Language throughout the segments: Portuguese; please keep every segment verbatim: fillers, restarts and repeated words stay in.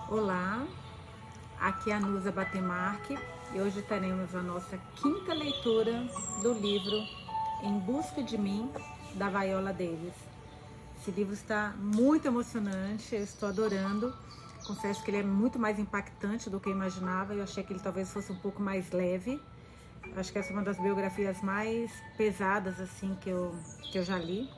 Olá, aqui é a Nusa Batemarque e hoje teremos a nossa quinta leitura do livro Em Busca de Mim, da Viola Davis. Esse livro está muito emocionante, eu estou adorando. Confesso que ele é muito mais impactante do que eu imaginava. Eu achei que ele talvez fosse um pouco mais leve. Acho que essa é uma das biografias mais pesadas assim que eu, que eu já li.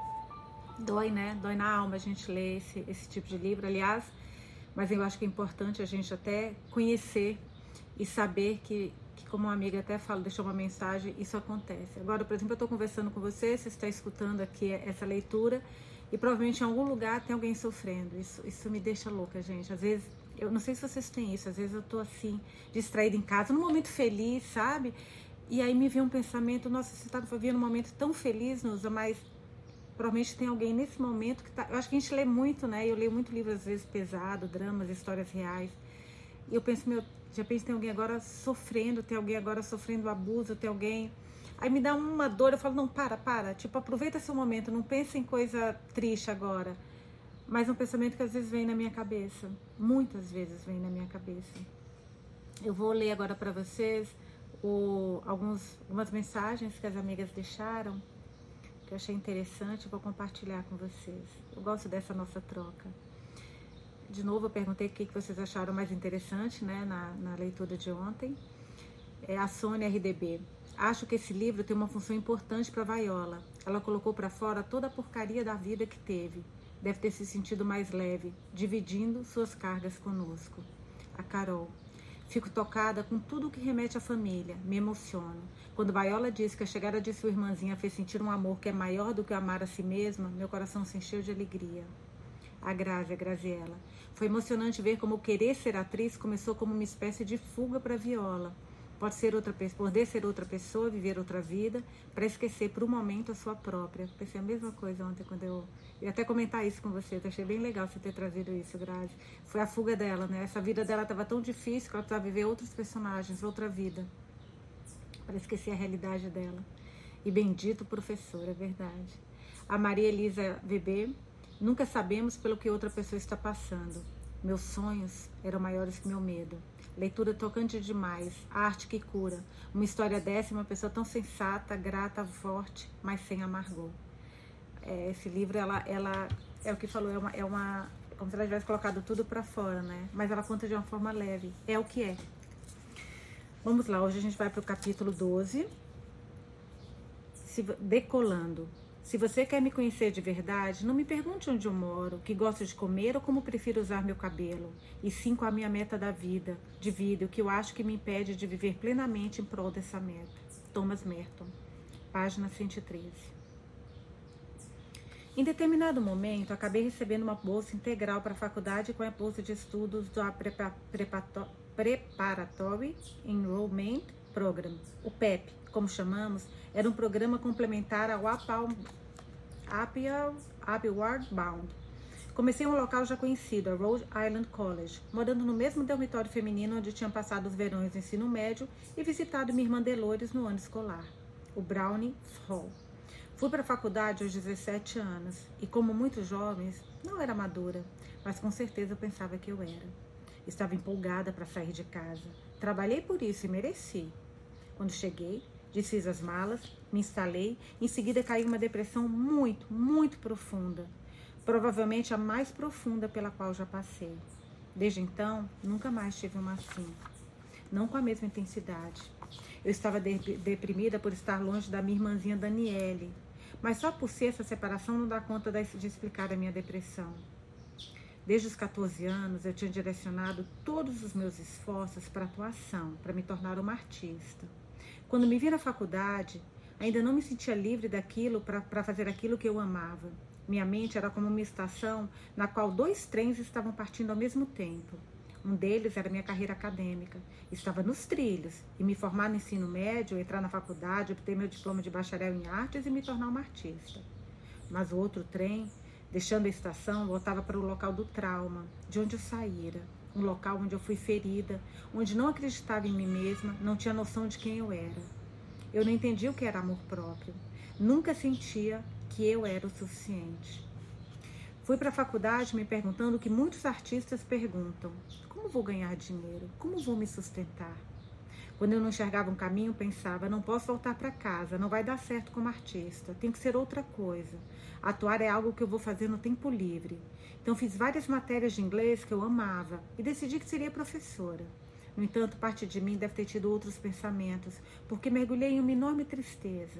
Dói, né? Dói na alma a gente ler esse, esse tipo de livro. Aliás, mas eu acho que é importante a gente até conhecer e saber que, que como uma amiga até fala, deixou uma mensagem, isso acontece. Agora, por exemplo, eu estou conversando com você, você está escutando aqui essa leitura e provavelmente em algum lugar tem alguém sofrendo. Isso, isso me deixa louca, gente. Às vezes, eu não sei se vocês têm isso, às vezes eu estou assim, distraída em casa, num momento feliz, sabe? E aí me vem um pensamento, nossa, você está vivendo um momento tão feliz, Nusa, mas provavelmente tem alguém nesse momento que tá... Eu acho que a gente lê muito, né? Eu leio muito livro, às vezes, pesado, dramas, histórias reais. E eu penso, meu, de repente tem alguém agora sofrendo, tem alguém agora sofrendo abuso, tem alguém... Aí me dá uma dor, eu falo, não, para, para. Tipo, aproveita seu momento, não pense em coisa triste agora. Mas é um pensamento que às vezes vem na minha cabeça. Muitas vezes vem na minha cabeça. Eu vou ler agora para vocês o, alguns, algumas mensagens que as amigas deixaram, que eu achei interessante, vou compartilhar com vocês. Eu gosto dessa nossa troca. De novo, eu perguntei o que vocês acharam mais interessante, né, na, na leitura de ontem. É a Sônia R D B. Acho que esse livro tem uma função importante para a Viola. Ela colocou para fora toda a porcaria da vida que teve. Deve ter se sentido mais leve, dividindo suas cargas conosco. A Carol. Fico tocada com tudo o que remete à família, me emociono. Quando Viola disse que a chegada de sua irmãzinha fez sentir um amor que é maior do que o amar a si mesma, meu coração se encheu de alegria. A Grazi, a Graziella. Foi emocionante ver como querer ser atriz começou como uma espécie de fuga para Viola. Pode ser outra, poder ser outra pessoa, viver outra vida, para esquecer por um momento a sua própria. Pensei a mesma coisa ontem quando eu... Eu ia até comentar isso com você, eu achei bem legal você ter trazido isso, Grazi. Foi a fuga dela, né? Essa vida dela estava tão difícil que ela precisava viver outros personagens, outra vida, para esquecer a realidade dela. E bendito professor, é verdade. A Maria Elisa V B. Nunca sabemos pelo que outra pessoa está passando. Meus sonhos eram maiores que meu medo. Leitura tocante demais, arte que cura. Uma história dessa, uma pessoa tão sensata, grata, forte, mas sem amargor. É, esse livro, ela, ela é o que falou, é uma, é uma como se ela tivesse colocado tudo para fora, né? Mas ela conta de uma forma leve. É o que é. Vamos lá, hoje a gente vai para o capítulo doze. Se, decolando. Se você quer me conhecer de verdade, não me pergunte onde eu moro, o que gosto de comer ou como prefiro usar meu cabelo. E sim qual a minha meta da vida, de vida, o que eu acho que me impede de viver plenamente em prol dessa meta. Thomas Merton, página cento e treze. Em determinado momento, acabei recebendo uma bolsa integral para a faculdade com a bolsa de estudos da Prepa, Prepato, Preparatory Enrollment Program, o P E P, como chamamos. Era um programa complementar ao Upward Bound. Comecei em um local já conhecido, a Rhode Island College, morando no mesmo dormitório feminino onde tinham passado os verões do ensino médio e visitado minha irmã Delores no ano escolar, o Browning Hall. Fui para a faculdade aos dezessete anos e, como muitos jovens, não era madura, mas com certeza eu pensava que eu era. Estava empolgada para sair de casa. Trabalhei por isso e mereci. Quando cheguei, desfiz as malas, me instalei, em seguida caí em uma depressão muito, muito profunda. Provavelmente a mais profunda pela qual já passei. Desde então, nunca mais tive uma assim. Não com a mesma intensidade. Eu estava de- deprimida por estar longe da minha irmãzinha Daniele. Mas só por si essa separação não dá conta de explicar a minha depressão. Desde os catorze anos, eu tinha direcionado todos os meus esforços para a atuação, para me tornar uma artista. Quando me vi na faculdade, ainda não me sentia livre daquilo para fazer aquilo que eu amava. Minha mente era como uma estação na qual dois trens estavam partindo ao mesmo tempo. Um deles era minha carreira acadêmica. Estava nos trilhos e me formar no ensino médio, entrar na faculdade, obter meu diploma de bacharel em artes e me tornar uma artista. Mas o outro trem, deixando a estação, voltava para o local do trauma, de onde eu saíra. Um local onde eu fui ferida, onde não acreditava em mim mesma, não tinha noção de quem eu era. Eu não entendia o que era amor próprio. Nunca sentia que eu era o suficiente. Fui Fui para a faculdade me perguntando o que muitos artistas perguntam: como vou ganhar dinheiro? Como vou me sustentar? Quando eu não enxergava um caminho, pensava: não posso voltar para casa, não vai dar certo como artista, tem que ser outra coisa. Atuar é algo que eu vou fazer no tempo livre. Então fiz várias matérias de inglês que eu amava e decidi que seria professora. No entanto, parte de mim deve ter tido outros pensamentos, porque mergulhei em uma enorme tristeza.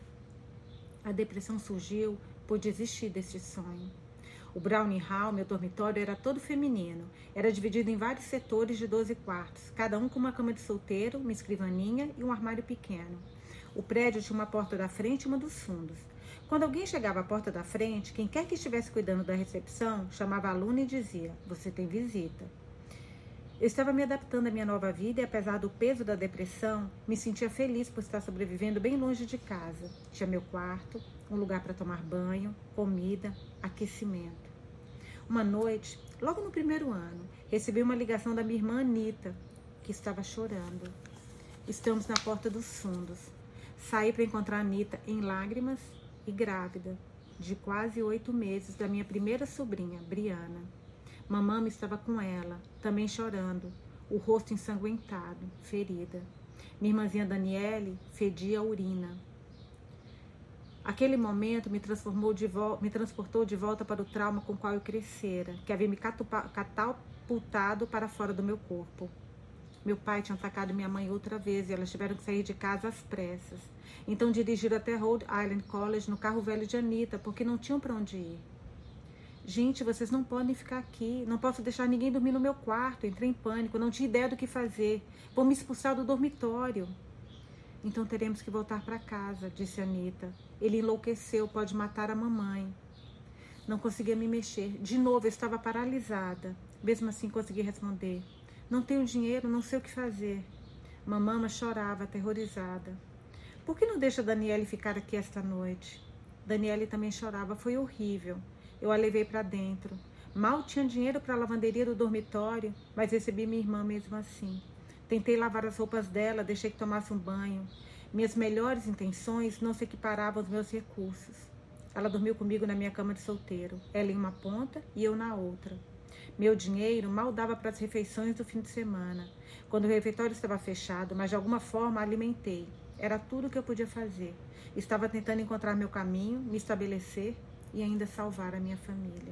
A depressão surgiu por desistir deste sonho. O Browning Hall, meu dormitório, era todo feminino. Era dividido em vários setores de doze quartos, cada um com uma cama de solteiro, uma escrivaninha e um armário pequeno. O prédio tinha uma porta da frente e uma dos fundos. Quando alguém chegava à porta da frente, quem quer que estivesse cuidando da recepção, chamava a aluna e dizia: você tem visita. Eu estava me adaptando à minha nova vida e, apesar do peso da depressão, me sentia feliz por estar sobrevivendo bem longe de casa. Tinha meu quarto, um lugar para tomar banho, comida, aquecimento. Uma noite, logo no primeiro ano, recebi uma ligação da minha irmã Anita, que estava chorando. Estamos na porta dos fundos. Saí para encontrar a Anita em lágrimas e grávida, de quase oito meses, da minha primeira sobrinha, Briana. Mamãe estava com ela, também chorando, o rosto ensanguentado, ferida. Minha irmãzinha Daniele fedia a urina. Aquele momento me, transformou de vo- me transportou de volta para o trauma com o qual eu crescera, que havia me catupa- catapultado para fora do meu corpo. Meu pai tinha atacado minha mãe outra vez e elas tiveram que sair de casa às pressas. Então dirigiram até Rhode Island College no carro velho de Anita, porque não tinham para onde ir. Gente, vocês não podem ficar aqui. Não posso deixar ninguém dormir no meu quarto. Entrei em pânico, não tinha ideia do que fazer. Vou me expulsar do dormitório. Então teremos que voltar para casa, disse Anita. Ele enlouqueceu, pode matar a mamãe. Não conseguia me mexer. De novo, eu estava paralisada. Mesmo assim, consegui responder: não tenho dinheiro, não sei o que fazer. Mamãe chorava, aterrorizada. Por que não deixa a Daniele ficar aqui esta noite? Daniele também chorava, foi horrível. Eu a levei para dentro. Mal tinha dinheiro para a lavanderia do dormitório, mas recebi minha irmã mesmo assim. Tentei lavar as roupas dela, deixei que tomasse um banho. Minhas melhores intenções não se equiparavam aos meus recursos. Ela dormiu comigo na minha cama de solteiro, ela em uma ponta e eu na outra. Meu dinheiro mal dava para as refeições do fim de semana, quando o refeitório estava fechado, mas de alguma forma a alimentei. Era tudo o que eu podia fazer. Estava tentando encontrar meu caminho, me estabelecer e ainda salvar a minha família.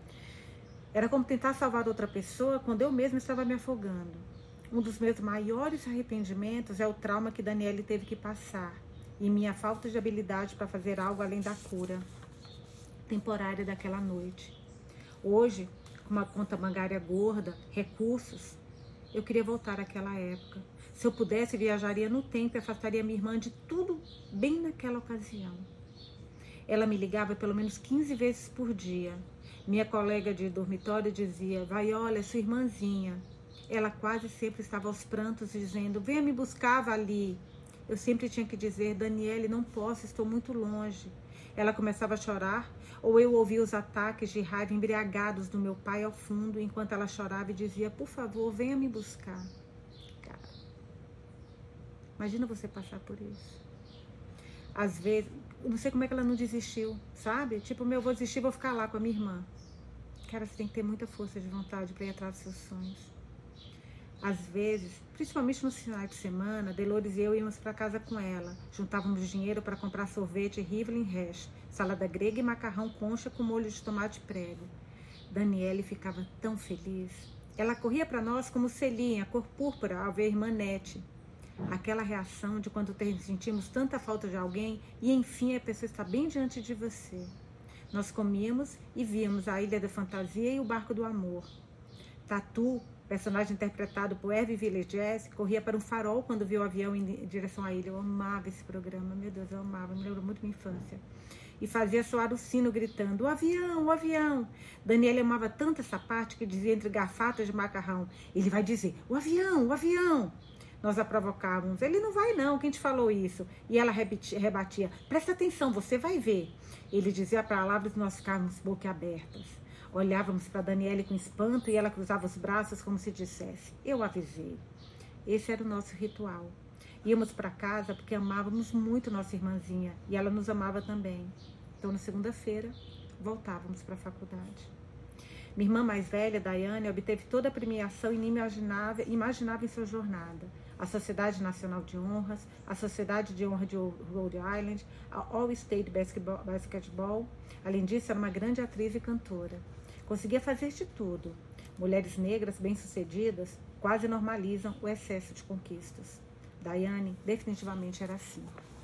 Era como tentar salvar outra pessoa quando eu mesma estava me afogando. Um dos meus maiores arrependimentos é o trauma que Daniele teve que passar e minha falta de habilidade para fazer algo além da cura temporária daquela noite. Hoje, com uma conta bancária gorda, recursos, eu queria voltar àquela época. Se eu pudesse, viajaria no tempo e afastaria minha irmã de tudo bem naquela ocasião. Ela me ligava pelo menos quinze vezes por dia. Minha colega de dormitório dizia: Vaiola, é sua irmãzinha. Ela quase sempre estava aos prantos dizendo: venha me buscar, Vali. Eu sempre tinha que dizer: Daniele, não posso, estou muito longe. Ela começava a chorar, ou eu ouvia os ataques de raiva embriagados do meu pai ao fundo, enquanto ela chorava e dizia: por favor, venha me buscar. Cara, imagina você passar por isso. Às vezes, eu não sei como é que ela não desistiu, sabe? Tipo, meu, eu vou desistir, vou ficar lá com a minha irmã. Cara, você tem que ter muita força de vontade para ir atrás dos seus sonhos. Às vezes, principalmente nos finais de semana, Delores e eu íamos para casa com ela. Juntávamos dinheiro para comprar sorvete Rivelin Hash, salada grega e macarrão concha com molho de tomate prego. Daniele ficava tão feliz. Ela corria para nós como Celinha, cor púrpura, ao ver a irmã Nete. Aquela reação de quando sentimos tanta falta de alguém e enfim a pessoa está bem diante de você. Nós comíamos e víamos a Ilha da Fantasia e o Barco do Amor. Tatu, personagem interpretado por Hervé Villechaize, corria para um farol quando viu o avião em direção à ilha. Eu amava esse programa, meu Deus, eu amava, me lembro muito da minha infância. E fazia soar o sino gritando: o avião, o avião. Daniele amava tanto essa parte que dizia entre garfatas de macarrão: ele vai dizer, o avião, o avião. Nós a provocávamos: ele não vai não, quem te falou isso? E ela rebatia, rebatia: presta atenção, você vai ver. Ele dizia palavras e nós ficávamos boquiabertas. Olhávamos para Daniele com espanto e ela cruzava os braços como se dissesse: eu avisei. Esse era o nosso ritual. Íamos para casa porque amávamos muito nossa irmãzinha e ela nos amava também. Então, na segunda-feira, voltávamos para a faculdade. Minha irmã mais velha, Daiane, obteve toda a premiação inimaginável imaginável em sua jornada. A Sociedade Nacional de Honras, a Sociedade de Honra de Rhode Island, a All State Basketball, Basketball. Além disso, era uma grande atriz e cantora. Conseguia fazer de tudo. Mulheres negras bem-sucedidas quase normalizam o excesso de conquistas. Daiane definitivamente era assim.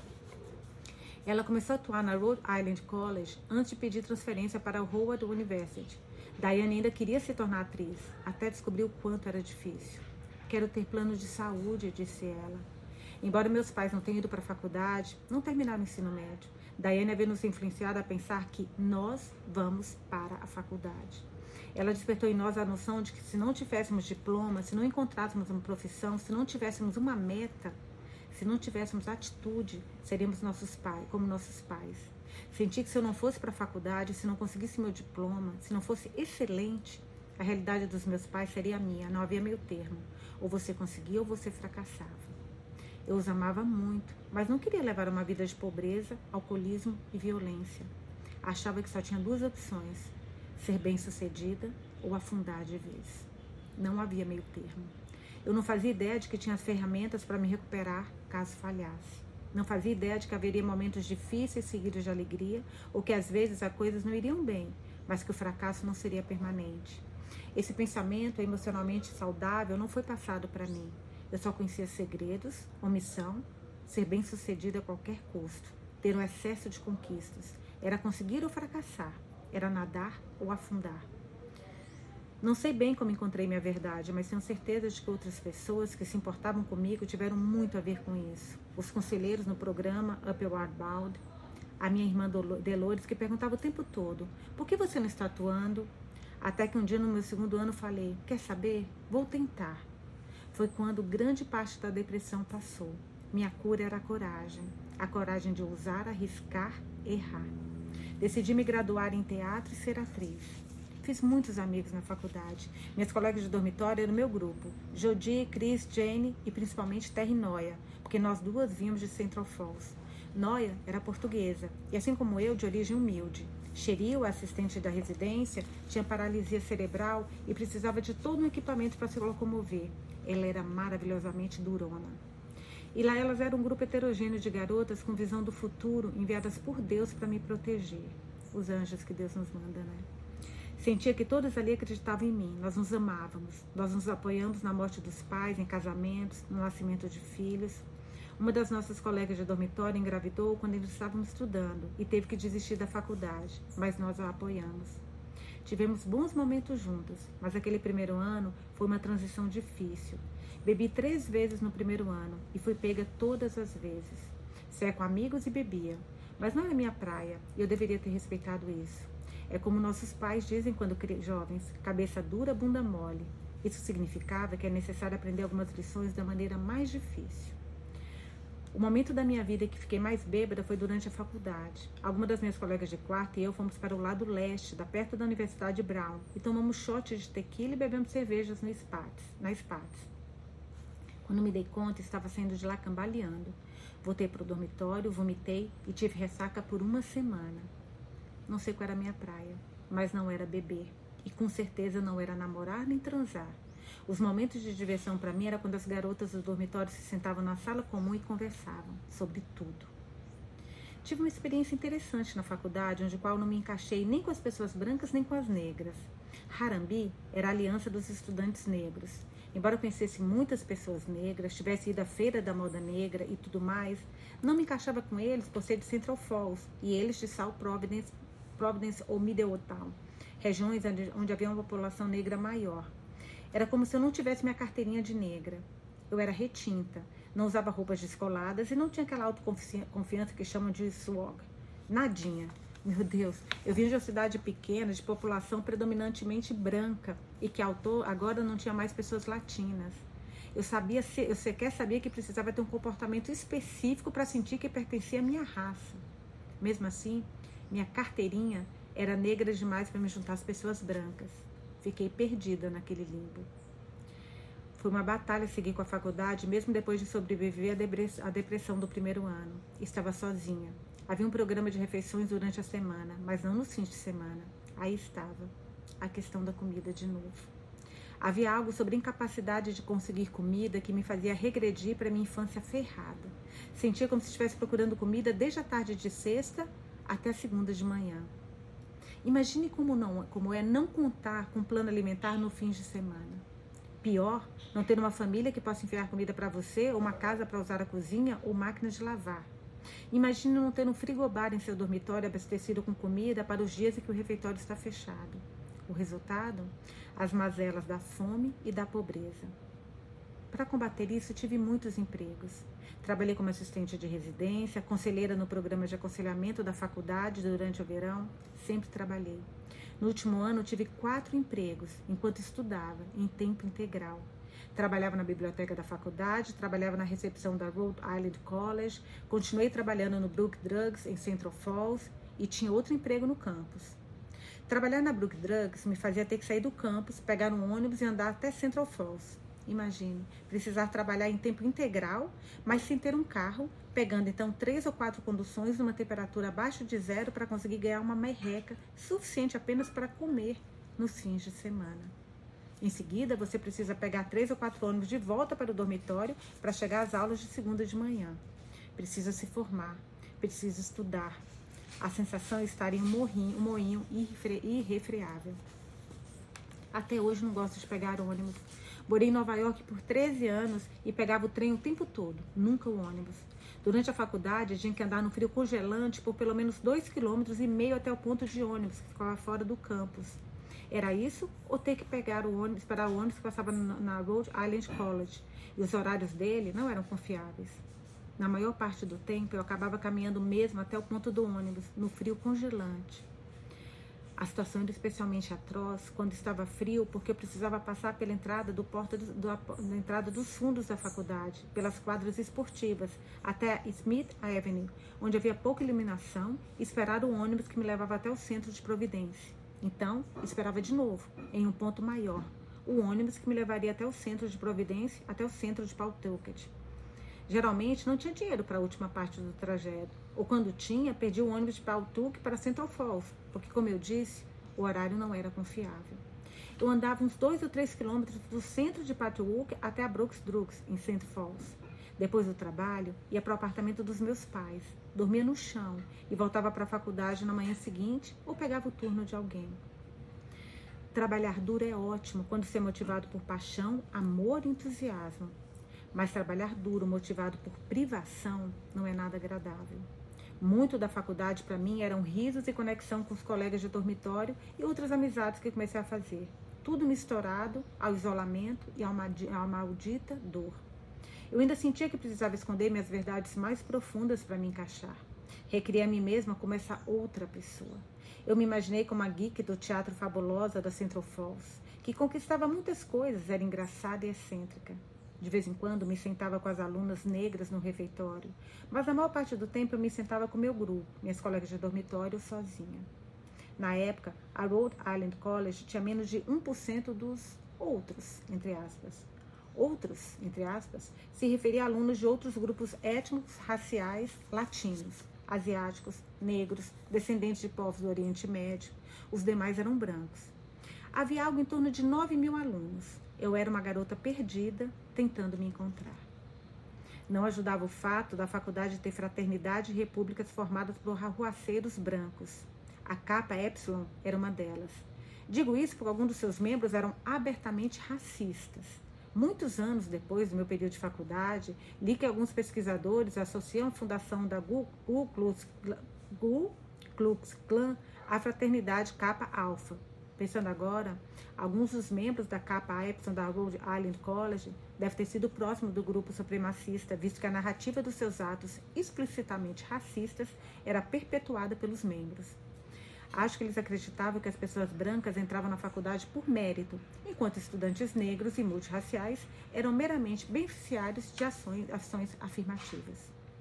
Ela começou a atuar na Rhode Island College antes de pedir transferência para a Howard University. Daiane ainda queria se tornar atriz, até descobrir o quanto era difícil. Quero ter plano de saúde, disse ela. Embora meus pais não tenham ido para a faculdade, não terminaram o ensino médio. Daiane havia nos influenciado a pensar que nós vamos para a faculdade. Ela despertou em nós a noção de que se não tivéssemos diploma, se não encontrássemos uma profissão, se não tivéssemos uma meta, se não tivéssemos atitude, seríamos nossos pais, como nossos pais. Senti que se eu não fosse para a faculdade, se não conseguisse meu diploma, se não fosse excelente, a realidade dos meus pais seria a minha, não havia meio termo. Ou você conseguia ou você fracassava. Eu os amava muito, mas não queria levar uma vida de pobreza, alcoolismo e violência. Achava que só tinha duas opções, ser bem-sucedida ou afundar de vez. Não havia meio termo. Eu não fazia ideia de que tinha as ferramentas para me recuperar caso falhasse. Não fazia ideia de que haveria momentos difíceis seguidos de alegria, ou que às vezes as coisas não iriam bem, mas que o fracasso não seria permanente. Esse pensamento emocionalmente saudável não foi passado para mim. Eu só conhecia segredos, omissão, ser bem-sucedida a qualquer custo, ter um excesso de conquistas. Era conseguir ou fracassar, era nadar ou afundar. Não sei bem como encontrei minha verdade, mas tenho certeza de que outras pessoas que se importavam comigo tiveram muito a ver com isso. Os conselheiros no programa Upward Bound, a minha irmã Dolores, que perguntava o tempo todo, por que você não está atuando? Até que um dia no meu segundo ano falei, quer saber? Vou tentar. Foi quando grande parte da depressão passou. Minha cura era a coragem, a coragem de ousar, arriscar, errar. Decidi me graduar em teatro e ser atriz. Fiz muitos amigos na faculdade. Minhas colegas de dormitório eram meu grupo. Jodi, Cris, Jane e principalmente Terry Noia, porque nós duas vínhamos de Central Falls. Noia era portuguesa e, assim como eu, de origem humilde. Cheryl, a assistente da residência, tinha paralisia cerebral e precisava de todo um equipamento para se locomover. Ela era maravilhosamente durona. E lá elas eram um grupo heterogêneo de garotas com visão do futuro, enviadas por Deus para me proteger. Os anjos que Deus nos manda, né? Sentia que todas ali acreditavam em mim, nós nos amávamos, nós nos apoiamos na morte dos pais, em casamentos, no nascimento de filhos. Uma das nossas colegas de dormitório engravidou quando eles estavam estudando e teve que desistir da faculdade, mas nós a apoiamos. Tivemos bons momentos juntos, mas aquele primeiro ano foi uma transição difícil. Bebi três vezes no primeiro ano e fui pega todas as vezes. Saía com amigos e bebia, mas não era minha praia e eu deveria ter respeitado isso. É como nossos pais dizem quando jovens, cabeça dura, bunda mole. Isso significava que é necessário aprender algumas lições da maneira mais difícil. O momento da minha vida em que fiquei mais bêbada foi durante a faculdade. Algumas das minhas colegas de quarto e eu fomos para o lado leste, da perto da Universidade Brown, e tomamos shots de tequila e bebemos cervejas no Spats, na Spats. Quando me dei conta, estava saindo de lá cambaleando. Voltei para o dormitório, vomitei e tive ressaca por uma semana. Não sei qual era a minha praia, mas não era beber. E com certeza não era namorar nem transar. Os momentos de diversão para mim era quando as garotas do dormitório se sentavam na sala comum e conversavam sobre tudo. Tive uma experiência interessante na faculdade, onde qual não me encaixei nem com as pessoas brancas nem com as negras. Harambee era a aliança dos estudantes negros. Embora eu conhecesse muitas pessoas negras, tivesse ido à feira da moda negra e tudo mais, não me encaixava com eles por ser de Central Falls e eles de South Providence, Providence ou Middletown, regiões onde, onde havia uma população negra maior. Era como se eu não tivesse minha carteirinha de negra. Eu era retinta, não usava roupas descoladas e não tinha aquela autoconfiança que chamam de swag. Nadinha. Meu Deus, eu vim de uma cidade pequena, de população predominantemente branca e que agora não tinha mais pessoas latinas. Eu sabia, eu sequer sabia que precisava ter um comportamento específico para sentir que pertencia à minha raça. Mesmo assim, minha carteirinha era negra demais para me juntar às pessoas brancas. Fiquei perdida naquele limbo. Foi uma batalha seguir com a faculdade, mesmo depois de sobreviver à depressão do primeiro ano. Estava sozinha. Havia um programa de refeições durante a semana, mas não nos fins de semana. Aí estava a questão da comida de novo. Havia algo sobre a incapacidade de conseguir comida que me fazia regredir para minha infância ferrada. Sentia como se estivesse procurando comida desde a tarde de sexta até a segunda de manhã. Imagine como, não, como é não contar com plano alimentar no fim de semana. Pior, não ter uma família que possa enviar comida para você, ou uma casa para usar a cozinha, ou máquina de lavar. Imagine não ter um frigobar em seu dormitório abastecido com comida para os dias em que o refeitório está fechado. O resultado? As mazelas da fome e da pobreza. Para combater isso, tive muitos empregos. Trabalhei como assistente de residência, conselheira no programa de aconselhamento da faculdade durante o verão. Sempre trabalhei. No último ano, tive quatro empregos, enquanto estudava, em tempo integral. Trabalhava na biblioteca da faculdade, trabalhava na recepção da Rhode Island College, continuei trabalhando no Brook Drugs, em Central Falls, e tinha outro emprego no campus. Trabalhar na Brook Drugs me fazia ter que sair do campus, pegar um ônibus e andar até Central Falls. Imagine, precisar trabalhar em tempo integral, mas sem ter um carro, pegando então três ou quatro conduções numa temperatura abaixo de zero para conseguir ganhar uma merreca suficiente apenas para comer nos fins de semana. Em seguida, você precisa pegar três ou quatro ônibus de volta para o dormitório para chegar às aulas de segunda de manhã. Precisa se formar, precisa estudar. A sensação é estar em um moinho, um moinho irre, irrefreável. Até hoje não gosto de pegar ônibus. Morei em Nova York por treze anos e pegava o trem o tempo todo, nunca o ônibus. Durante a faculdade, tinha que andar no frio congelante por pelo menos dois quilômetros e meio até o ponto de ônibus, que ficava fora do campus. Era isso ou ter que pegar o ônibus, esperar o ônibus que passava na Rhode Island College. E os horários dele não eram confiáveis. Na maior parte do tempo, eu acabava caminhando mesmo até o ponto do ônibus, no frio congelante. A situação era especialmente atroz quando estava frio, porque eu precisava passar pela entrada, do porta do, do, da entrada dos fundos da faculdade, pelas quadras esportivas, até Smith Avenue, onde havia pouca iluminação, e esperar o ônibus que me levava até o centro de Providência. Então, esperava de novo, em um ponto maior, o ônibus que me levaria até o centro de Providência, até o centro de Pawtucket. Geralmente, não tinha dinheiro para a última parte do trajeto, ou quando tinha, perdi o ônibus de Pawtucket para Central Falls, porque, como eu disse, o horário não era confiável. Eu andava uns dois ou três quilômetros do centro de Pawtucket até a Brooks Drugs, em Central Falls. Depois do trabalho, ia para o apartamento dos meus pais, dormia no chão e voltava para a faculdade na manhã seguinte ou pegava o turno de alguém. Trabalhar duro é ótimo quando se é motivado por paixão, amor e entusiasmo. Mas trabalhar duro, motivado por privação, não é nada agradável. Muito da faculdade, para mim, eram risos e conexão com os colegas de dormitório e outras amizades que comecei a fazer. Tudo misturado ao isolamento e a uma, a uma maldita dor. Eu ainda sentia que precisava esconder minhas verdades mais profundas para me encaixar. Recriei a mim mesma como essa outra pessoa. Eu me imaginei como a geek do teatro fabulosa da Central Falls, que conquistava muitas coisas, era engraçada e excêntrica. De vez em quando me sentava com as alunas negras no refeitório, mas na maior parte do tempo eu me sentava com meu grupo, minhas colegas de dormitório, sozinha. Na época, a Rhode Island College tinha menos de um por cento dos outros, entre aspas. Outros, entre aspas, se referia a alunos de outros grupos étnicos, raciais, latinos, asiáticos, negros, descendentes de povos do Oriente Médio. Os demais eram brancos. Havia algo em torno de nove mil alunos. Eu era uma garota perdida, tentando me encontrar. Não ajudava o fato da faculdade ter fraternidade e repúblicas formadas por arruaceiros brancos. A Kappa Epsilon era uma delas. Digo isso porque alguns dos seus membros eram abertamente racistas. Muitos anos depois do meu período de faculdade, li que alguns pesquisadores associam a fundação da Ku Klux, Ku Klux Klan à fraternidade Kappa Alpha. Pensando agora, alguns dos membros da Kappa Epsilon da Rhode Island College devem ter sido próximos do grupo supremacista, visto que a narrativa dos seus atos explicitamente racistas era perpetuada pelos membros. Acho que eles acreditavam que as pessoas brancas entravam na faculdade por mérito, enquanto estudantes negros e multirraciais eram meramente beneficiários de ações, ações afirmativas.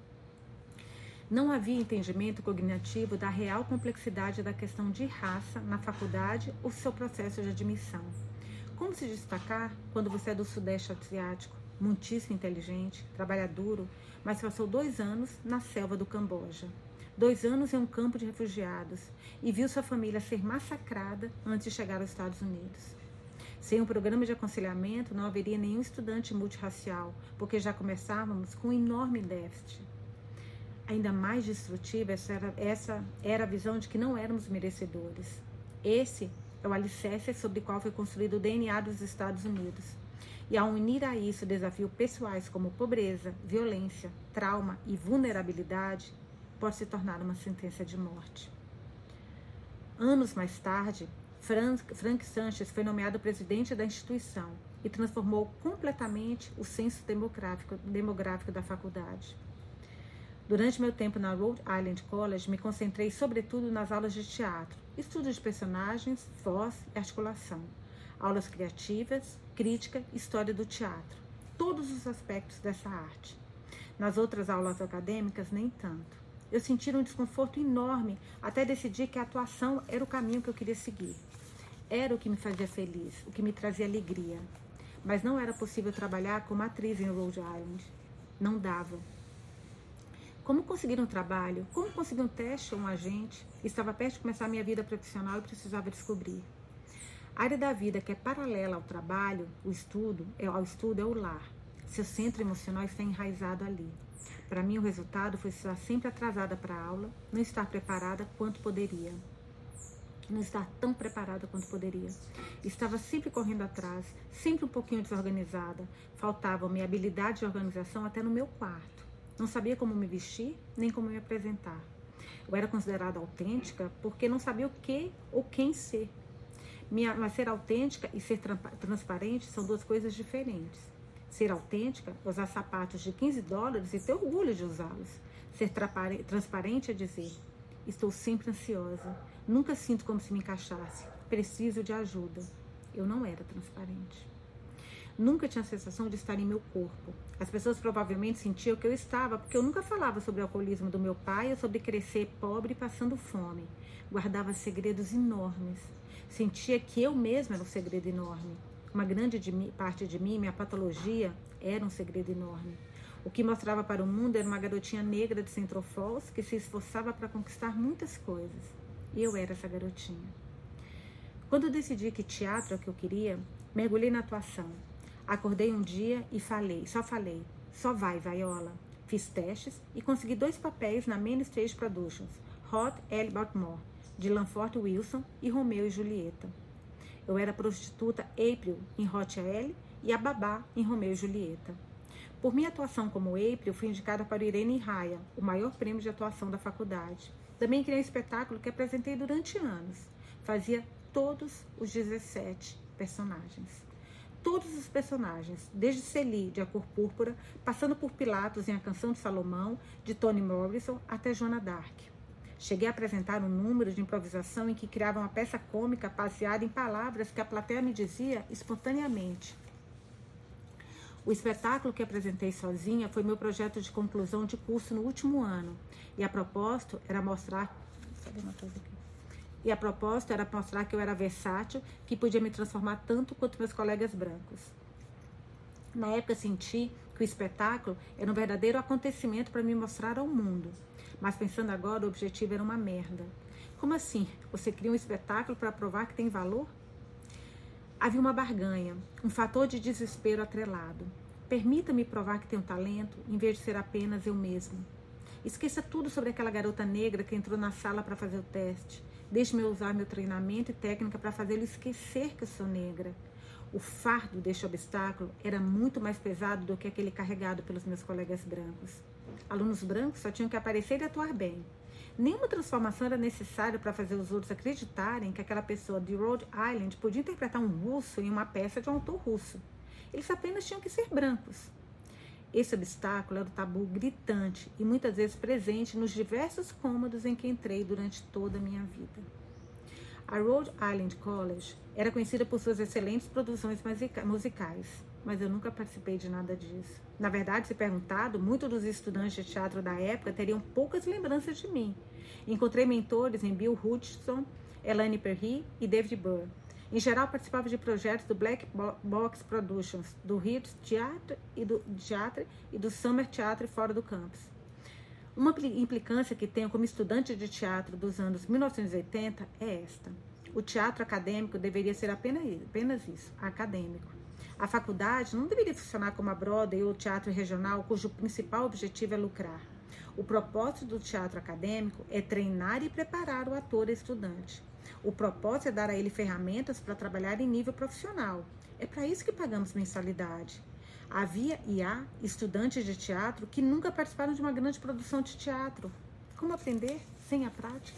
Não havia entendimento cognitivo da real complexidade da questão de raça na faculdade ou seu processo de admissão. Como se destacar quando você é do Sudeste Asiático, muitíssimo inteligente, trabalha duro, mas passou dois anos na selva do Camboja? dois anos em um campo de refugiados e viu sua família ser massacrada antes de chegar aos Estados Unidos. Sem um programa de aconselhamento, não haveria nenhum estudante multirracial, porque já começávamos com um enorme déficit. Ainda mais destrutiva, essa era, essa era a visão de que não éramos merecedores. Esse é o alicerce sobre o qual foi construído o D N A dos Estados Unidos. E ao unir a isso desafios pessoais como pobreza, violência, trauma e vulnerabilidade, pode se tornar uma sentença de morte. Anos mais tarde, Frank, Frank Sanchez foi nomeado presidente da instituição e transformou completamente o censo demográfico, demográfico da faculdade. Durante meu tempo na Rhode Island College, me concentrei sobretudo nas aulas de teatro, estudo de personagens, voz e articulação, aulas criativas, crítica, história do teatro, todos os aspectos dessa arte. Nas outras aulas acadêmicas, nem tanto. Eu senti um desconforto enorme até decidir que a atuação era o caminho que eu queria seguir. Era o que me fazia feliz, o que me trazia alegria. Mas não era possível trabalhar como atriz em Rhode Island. Não dava. Como conseguir um trabalho? Como conseguir um teste ou um agente? Estava perto de começar a minha vida profissional e precisava descobrir. A área da vida que é paralela ao trabalho, o estudo, ao estudo é o lar. Seu centro emocional está enraizado ali. Para mim, o resultado foi estar sempre atrasada para a aula, não estar preparada quanto poderia. Não estar tão preparada quanto poderia. Estava sempre correndo atrás, sempre um pouquinho desorganizada. Faltava-me habilidade de organização até no meu quarto. Não sabia como me vestir, nem como me apresentar. Eu era considerada autêntica porque não sabia o que ou quem ser. Minha, mas ser autêntica e ser transparente são duas coisas diferentes. Ser autêntica é usar sapatos de quinze dólares e ter orgulho de usá-los. Ser transparente é dizer, estou sempre ansiosa, nunca sinto como se me encaixasse, preciso de ajuda. Eu não era transparente. Nunca tinha a sensação de estar em meu corpo. As pessoas provavelmente sentiam que eu estava, porque eu nunca falava sobre o alcoolismo do meu pai ou sobre crescer pobre e passando fome. Guardava segredos enormes. Sentia que eu mesma era um segredo enorme. Uma grande de mim, parte de mim, minha patologia, era um segredo enorme. O que mostrava para o mundo era uma garotinha negra de Central Falls que se esforçava para conquistar muitas coisas. E eu era essa garotinha. Quando eu decidi que teatro é o que eu queria, mergulhei na atuação. Acordei um dia e falei, só falei, só vai, Viola. Fiz testes e consegui dois papéis na Main Stage Productions, Hot L. Baltimore, de Lanford Wilson e Romeu e Julieta. Eu era a prostituta April em Hot L e a babá em Romeu e Julieta. Por minha atuação como April, fui indicada para o Irene Raya, o maior prêmio de atuação da faculdade. Também criei um espetáculo que apresentei durante anos. Fazia todos os dezessete personagens. Todos os personagens, desde Celie, de A Cor Púrpura, passando por Pilatos em A Canção de Salomão, de Toni Morrison, até Joana d'Arc. Cheguei a apresentar um número de improvisação em que criava uma peça cômica baseada em palavras que a plateia me dizia espontaneamente. O espetáculo que apresentei sozinha foi meu projeto de conclusão de curso no último ano, e a proposta era mostrar... Cadê uma coisa aqui? E a proposta era mostrar que eu era versátil, que podia me transformar tanto quanto meus colegas brancos. Na época senti que o espetáculo era um verdadeiro acontecimento para me mostrar ao mundo. Mas pensando agora, o objetivo era uma merda. Como assim? Você cria um espetáculo para provar que tem valor? Havia uma barganha, um fator de desespero atrelado. Permita-me provar que tenho talento, em vez de ser apenas eu mesmo. Esqueça tudo sobre aquela garota negra que entrou na sala para fazer o teste. Deixe-me usar meu treinamento e técnica para fazê-lo esquecer que eu sou negra. O fardo deste obstáculo era muito mais pesado do que aquele carregado pelos meus colegas brancos. Alunos brancos só tinham que aparecer e atuar bem. Nenhuma transformação era necessária para fazer os outros acreditarem que aquela pessoa de Rhode Island podia interpretar um russo em uma peça de um autor russo. Eles apenas tinham que ser brancos. Esse obstáculo era o tabu gritante e muitas vezes presente nos diversos cômodos em que entrei durante toda a minha vida. A Rhode Island College era conhecida por suas excelentes produções musicais, mas eu nunca participei de nada disso. Na verdade, se perguntado, muitos dos estudantes de teatro da época teriam poucas lembranças de mim. Encontrei mentores em Bill Hutchinson, Elaine Perry e David Burr. Em geral, participava de projetos do Black Box Productions, do Ritz Theatre e do Theatre e do Summer Theatre fora do campus. Uma implicância que tenho como estudante de teatro dos anos mil novecentos e oitenta é esta. O teatro acadêmico deveria ser apenas, apenas isso, acadêmico. A faculdade não deveria funcionar como a Broadway ou o teatro regional, cujo principal objetivo é lucrar. O propósito do teatro acadêmico é treinar e preparar o ator estudante. O propósito é dar a ele ferramentas para trabalhar em nível profissional. É para isso que pagamos mensalidade. Havia e há estudantes de teatro que nunca participaram de uma grande produção de teatro. Como aprender sem a prática?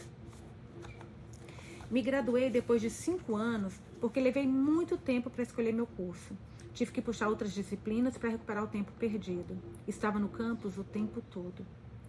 Me graduei depois de cinco anos porque levei muito tempo para escolher meu curso. Tive que puxar outras disciplinas para recuperar o tempo perdido. Estava no campus o tempo todo.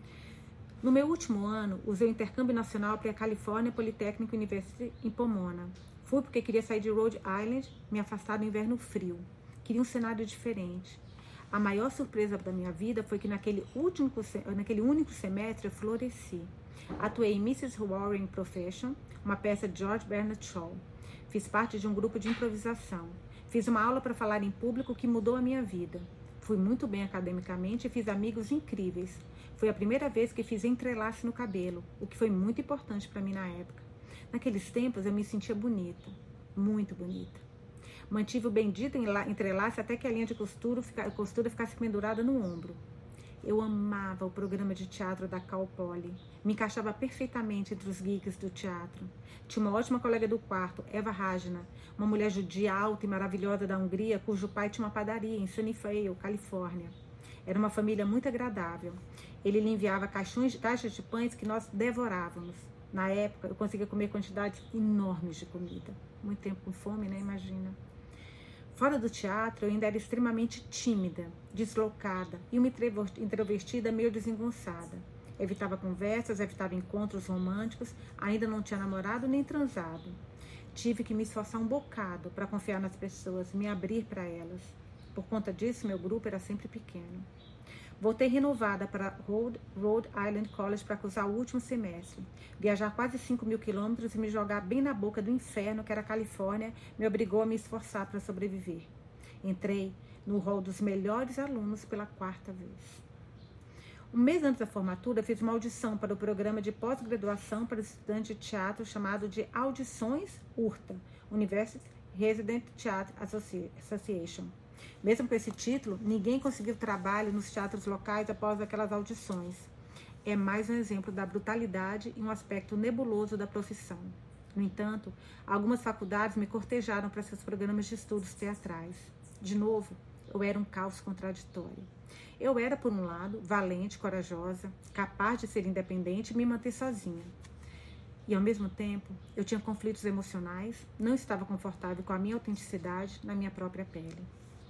No meu último ano, usei o intercâmbio nacional para a California Polytechnic University em Pomona. Fui porque queria sair de Rhode Island, me afastar do inverno frio. Queria um cenário diferente. A maior surpresa da minha vida foi que naquele, último, naquele único semestre eu floresci. Atuei em missus Warren Profession, uma peça de George Bernard Shaw. Fiz parte de um grupo de improvisação. Fiz uma aula para falar em público que mudou a minha vida. Fui muito bem academicamente e fiz amigos incríveis. Foi a primeira vez que fiz entrelace no cabelo, o que foi muito importante para mim na época. Naqueles tempos eu me sentia bonita, muito bonita. Mantive o bendito entrelace até que a linha de costura, costura ficasse pendurada no ombro. Eu amava o programa de teatro da Cal Poly. Me encaixava perfeitamente entre os geeks do teatro. Tinha uma ótima colega do quarto, Eva Rajna, uma mulher judia alta e maravilhosa da Hungria, cujo pai tinha uma padaria em Sunnyvale, Califórnia. Era uma família muito agradável. Ele lhe enviava caixões, caixas de pães que nós devorávamos. Na época, eu conseguia comer quantidades enormes de comida. Muito tempo com fome, né? Imagina. Fora do teatro, eu ainda era extremamente tímida, deslocada e uma introvertida meio desengonçada. Evitava conversas, evitava encontros românticos, ainda não tinha namorado nem transado. Tive que me esforçar um bocado para confiar nas pessoas, me abrir para elas. Por conta disso, meu grupo era sempre pequeno. Voltei renovada para Rhode, Rhode Island College para cursar o último semestre. Viajar quase cinco mil quilômetros e me jogar bem na boca do inferno, que era a Califórnia, me obrigou a me esforçar para sobreviver. Entrei no hall dos melhores alunos pela quarta vez. Um mês antes da formatura, fiz uma audição para o programa de pós-graduação para estudantes de teatro chamado de Audições U R T A, University Resident Theatre Association. Mesmo com esse título, ninguém conseguiu trabalho nos teatros locais após aquelas audições. É mais um exemplo da brutalidade e um aspecto nebuloso da profissão. No entanto, algumas faculdades me cortejaram para seus programas de estudos teatrais. De novo, eu era um caos contraditório. Eu era, por um lado, valente, corajosa, capaz de ser independente e me manter sozinha. E, ao mesmo tempo, eu tinha conflitos emocionais, não estava confortável com a minha autenticidade na minha própria pele.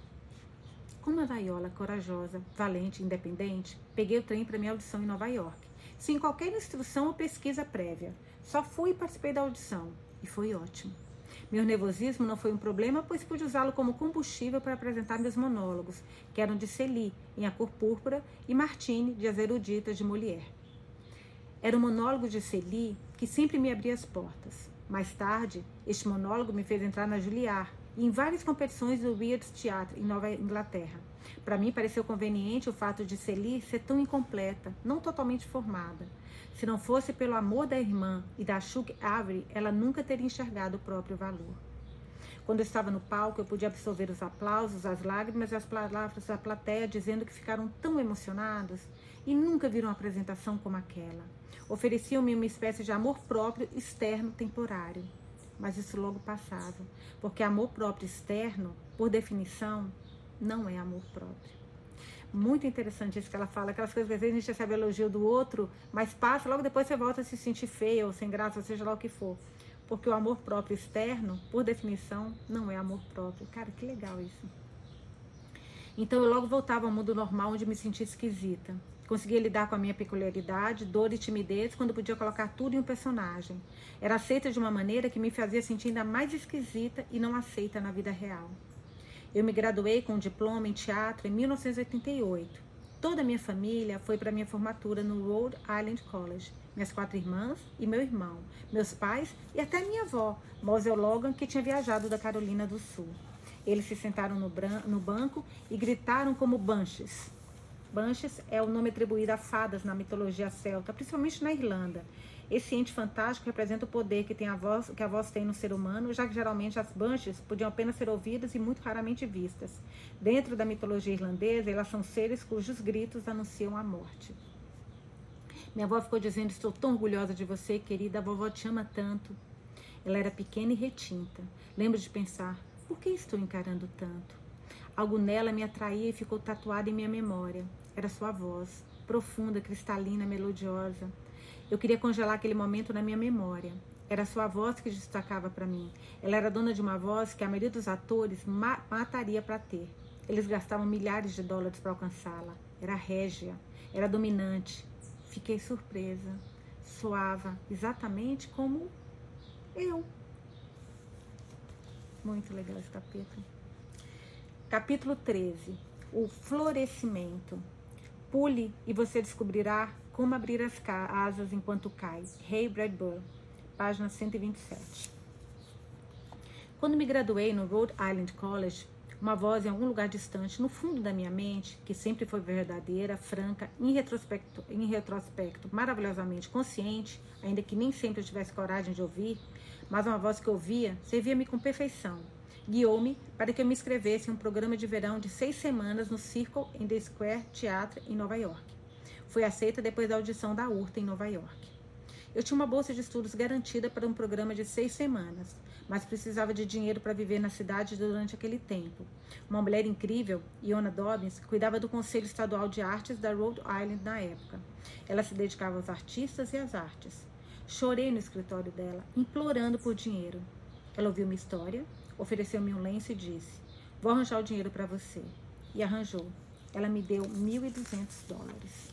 Como a vaiola, corajosa, valente e independente, peguei o trem para minha audição em Nova York, sem qualquer instrução ou pesquisa prévia. Só fui e participei da audição, e foi ótimo. Meu nervosismo não foi um problema, pois pude usá-lo como combustível para apresentar meus monólogos, que eram de Célie, em A Cor Púrpura, e Martine, de As Eruditas, de Molière. Era o monólogo de Célie que sempre me abria as portas. Mais tarde, este monólogo me fez entrar na Juilliard e em várias competições do Weird Theatre, em Nova Inglaterra. Para mim, pareceu conveniente o fato de Célie ser tão incompleta, não totalmente formada. Se não fosse pelo amor da irmã e da Chuck Avery, ela nunca teria enxergado o próprio valor. Quando eu estava no palco, eu podia absorver os aplausos, as lágrimas e as palavras da plateia dizendo que ficaram tão emocionados e nunca viram uma apresentação como aquela. Ofereciam-me uma espécie de amor próprio externo temporário. Mas isso logo passava, porque amor próprio externo, por definição, não é amor próprio. Muito interessante isso que ela fala, aquelas coisas que às vezes a gente recebe elogio do outro, mas passa, logo depois você volta a se sentir feia ou sem graça, ou seja lá o que for. Porque o amor próprio externo, por definição, não é amor próprio. Cara, que legal isso. Então eu logo voltava ao mundo normal, onde me sentia esquisita. Conseguia lidar com a minha peculiaridade, dor e timidez quando podia colocar tudo em um personagem. Era aceita de uma maneira que me fazia sentir ainda mais esquisita e não aceita na vida real. Eu me graduei com um diploma em teatro em mil novecentos e oitenta e oito. Toda a minha família foi para minha formatura no Rhode Island College. Minhas quatro irmãs e meu irmão, meus pais e até minha avó, Moselle Logan, que tinha viajado da Carolina do Sul. Eles se sentaram no, no banco e gritaram como banshees. Banshees é o nome atribuído a fadas na mitologia celta, principalmente na Irlanda. Esse ente fantástico representa o poder que, tem a voz, que a voz tem no ser humano, já que geralmente as Banshees podiam apenas ser ouvidas e muito raramente vistas. Dentro da mitologia irlandesa, elas são seres cujos gritos anunciam a morte. Minha avó ficou dizendo: estou tão orgulhosa de você, querida, a vovó te ama tanto. Ela era pequena e retinta. Lembro de pensar: por que estou encarando tanto? Algo nela me atraía e ficou tatuado em minha memória. Era sua voz, profunda, cristalina, melodiosa. Eu queria congelar aquele momento na minha memória. Era sua voz que destacava para mim. Ela era dona de uma voz que a maioria dos atores ma- mataria para ter. Eles gastavam milhares de dólares para alcançá-la. Era régia, era dominante. Fiquei surpresa. Soava exatamente como eu. Muito legal esse capítulo. Capítulo treze. O florescimento. Pule e você descobrirá como abrir as asas enquanto cai. Ray Bradbury, página cento e vinte e sete. Quando me graduei no Rhode Island College, uma voz em algum lugar distante, no fundo da minha mente, que sempre foi verdadeira, franca, em retrospecto, em retrospecto maravilhosamente consciente, ainda que nem sempre eu tivesse coragem de ouvir, mas uma voz que ouvia, servia-me com perfeição. Guiou-me para que eu me inscrevesse em um programa de verão de seis semanas no Circle in the Square Theatre em Nova York. Fui aceita depois da audição da U R T A em Nova York. Eu tinha uma bolsa de estudos garantida para um programa de seis semanas, mas precisava de dinheiro para viver na cidade durante aquele tempo. Uma mulher incrível, Iona Dobbins, cuidava do Conselho Estadual de Artes da Rhode Island na época. Ela se dedicava aos artistas e às artes. Chorei no escritório dela, implorando por dinheiro. Ela ouviu minha história, ofereceu-me um lenço e disse: vou arranjar o dinheiro para você. E arranjou. Ela me deu mil e duzentos dólares.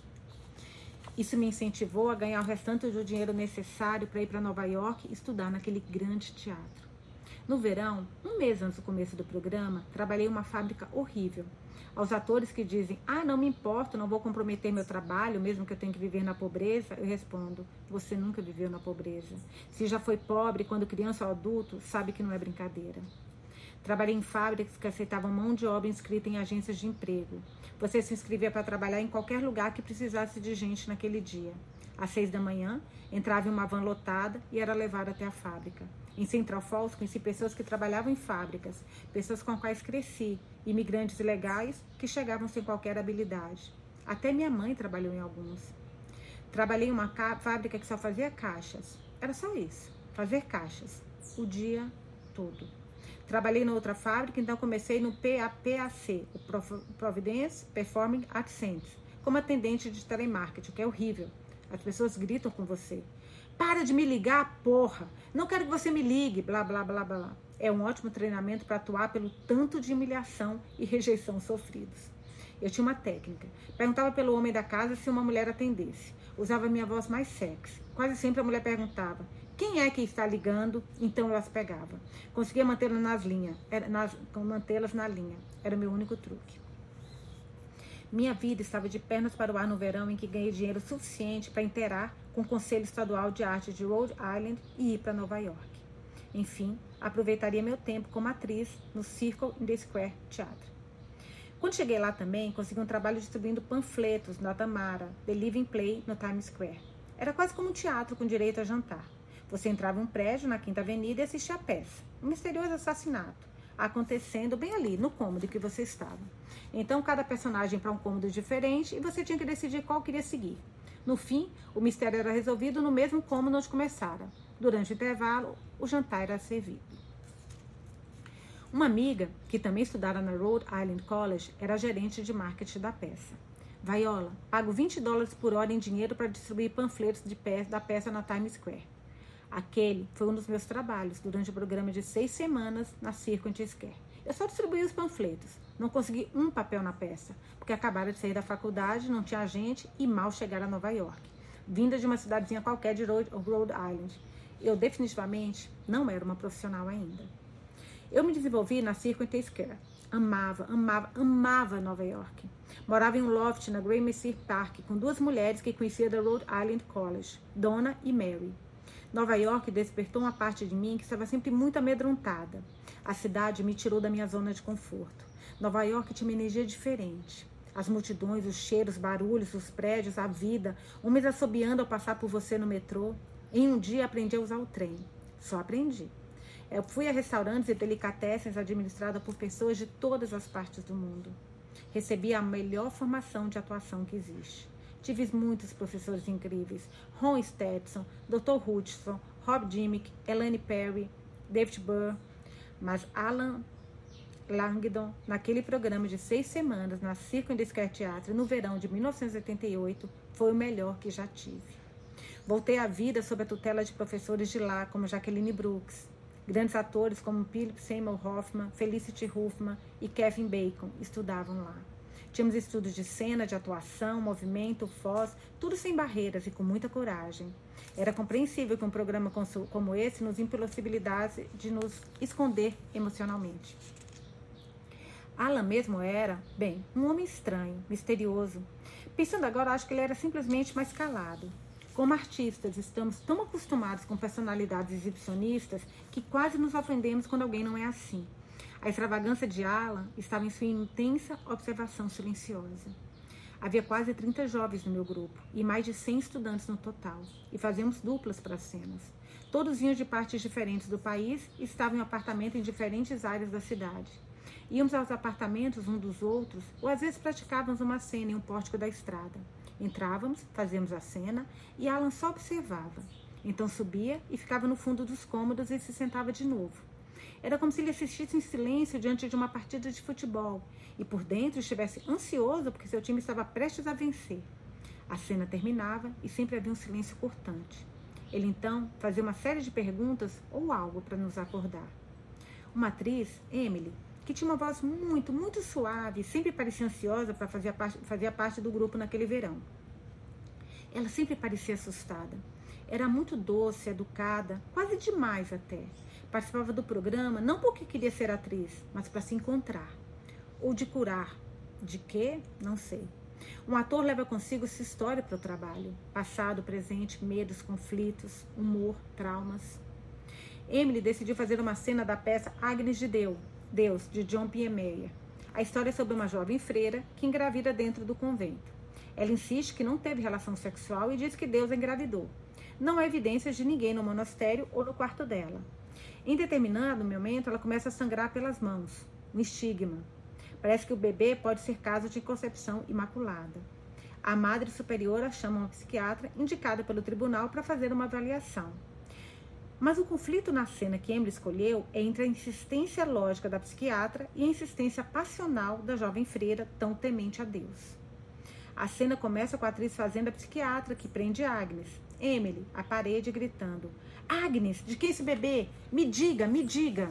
Isso me incentivou a ganhar o restante do dinheiro necessário para ir para Nova York e estudar naquele grande teatro. No verão, um mês antes do começo do programa, trabalhei em uma fábrica horrível. Aos atores que dizem: ah, não me importo, não vou comprometer meu trabalho, mesmo que eu tenha que viver na pobreza, eu respondo: você nunca viveu na pobreza. Se já foi pobre quando criança ou adulto, sabe que não é brincadeira. Trabalhei em fábricas que aceitavam mão de obra inscrita em agências de emprego. Você se inscrevia para trabalhar em qualquer lugar que precisasse de gente naquele dia. Às seis da manhã, entrava em uma van lotada e era levado até a fábrica. Em Central Falls, conheci pessoas que trabalhavam em fábricas, pessoas com as quais cresci, imigrantes ilegais que chegavam sem qualquer habilidade. Até minha mãe trabalhou em alguns. Trabalhei em uma fábrica que só fazia caixas. Era só isso, fazer caixas, o dia todo. Trabalhei na outra fábrica, então comecei no P A P A C, o Providence Performing Arts Center, como atendente de telemarketing, que é horrível. As pessoas gritam com você: para de me ligar, porra! Não quero que você me ligue, blá, blá, blá, blá. É um ótimo treinamento para atuar pelo tanto de humilhação e rejeição sofridos. Eu tinha uma técnica. Perguntava pelo homem da casa se uma mulher atendesse. Usava minha voz mais sexy. Quase sempre a mulher perguntava: quem é que está ligando? Então eu as pegava. Conseguia mantê-las nas linhas, nas, mantê-las na linha. Era o meu único truque. Minha vida estava de pernas para o ar no verão em que ganhei dinheiro suficiente para inteirar com o Conselho Estadual de Arte de Rhode Island e ir para Nova York. Enfim, aproveitaria meu tempo como atriz no Circle in the Square Theatre. Quando cheguei lá também, consegui um trabalho distribuindo panfletos na Tamara, The Living Play, no Times Square. Era quase como um teatro com direito a jantar. Você entrava em um prédio na Quinta Avenida e assistia a peça. Um misterioso assassinato acontecendo bem ali, no cômodo que você estava. Então, cada personagem para um cômodo diferente e você tinha que decidir qual queria seguir. No fim, o mistério era resolvido no mesmo cômodo onde começara. Durante o intervalo, o jantar era servido. Uma amiga, que também estudara na Rhode Island College, era gerente de marketing da peça. Viola, pago vinte dólares por hora em dinheiro para distribuir panfletos de peça, da peça na Times Square. Aquele foi um dos meus trabalhos durante o programa de seis semanas na Circle in the Square. Eu só distribuí os panfletos, não consegui um papel na peça, porque acabara de sair da faculdade, não tinha agente e mal chegara a Nova York, vinda de uma cidadezinha qualquer de Rhode, Rhode Island. Eu definitivamente não era uma profissional ainda. Eu me desenvolvi na Circle in the Square. Amava, amava, amava Nova York. Morava em um loft na Gramercy Park com duas mulheres que conhecia da Rhode Island College, Donna e Mary. Nova York despertou uma parte de mim que estava sempre muito amedrontada. A cidade me tirou da minha zona de conforto. Nova York tinha uma energia diferente. As multidões, os cheiros, barulhos, os prédios, a vida, homens assobiando ao passar por você no metrô. Em um dia aprendi a usar o trem. Só aprendi. Eu fui a restaurantes e delicatessens administrados por pessoas de todas as partes do mundo. Recebi a melhor formação de atuação que existe. Tive muitos professores incríveis. Ron Stetson, doutor Hudson, Rob Dimmick, Elaine Perry, David Burr. Mas Alan Langdon, naquele programa de seis semanas na Circle and Scare Theatre, no verão de mil novecentos e oitenta e oito, foi o melhor que já tive. Voltei à vida sob a tutela de professores de lá, como Jacqueline Brooks. Grandes atores como Philip Seymour Hoffman, Felicity Huffman e Kevin Bacon estudavam lá. Tínhamos estudos de cena, de atuação, movimento, voz, tudo sem barreiras e com muita coragem. Era compreensível que um programa como esse nos impossibilitasse de nos esconder emocionalmente. Alan mesmo era, bem, um homem estranho, misterioso. Pensando agora, acho que ele era simplesmente mais calado. Como artistas, estamos tão acostumados com personalidades exibicionistas que quase nos ofendemos quando alguém não é assim. A extravagância de Alan estava em sua intensa observação silenciosa. Havia quase trinta jovens no meu grupo e mais de cem estudantes no total, e fazíamos duplas para as cenas. Todos vinham de partes diferentes do país e estavam em apartamento em diferentes áreas da cidade. Íamos aos apartamentos um dos outros ou às vezes praticávamos uma cena em um pórtico da estrada. Entrávamos, fazíamos a cena e Alan só observava. Então subia e ficava no fundo dos cômodos e se sentava de novo. Era como se ele assistisse em silêncio diante de uma partida de futebol e por dentro estivesse ansioso porque seu time estava prestes a vencer. A cena terminava e sempre havia um silêncio cortante. Ele então fazia uma série de perguntas ou algo para nos acordar. Uma atriz, Emily, que tinha uma voz muito, muito suave e sempre parecia ansiosa para fazer parte, fazer parte do grupo naquele verão. Ela sempre parecia assustada. Era muito doce, educada, quase demais até. Participava do programa não porque queria ser atriz, mas para se encontrar. Ou de curar. De quê? Não sei. Um ator leva consigo sua história para o trabalho. Passado, presente, medos, conflitos, humor, traumas. Emily decidiu fazer uma cena da peça Agnes de Deus, Deus, de John P. Meyer. A história é sobre uma jovem freira que engravida dentro do convento. Ela insiste que não teve relação sexual e diz que Deus a engravidou. Não há evidências de ninguém no monastério ou no quarto dela. Em determinado momento, ela começa a sangrar pelas mãos. Um estigma. Parece que o bebê pode ser caso de concepção imaculada. A madre superiora chama uma psiquiatra indicada pelo tribunal para fazer uma avaliação. Mas o conflito na cena que Emily escolheu é entre a insistência lógica da psiquiatra e a insistência passional da jovem freira tão temente a Deus. A cena começa com a atriz fazendo a psiquiatra que prende Agnes. Emily, à parede, gritando: Agnes, de quem é esse bebê? Me diga, me diga.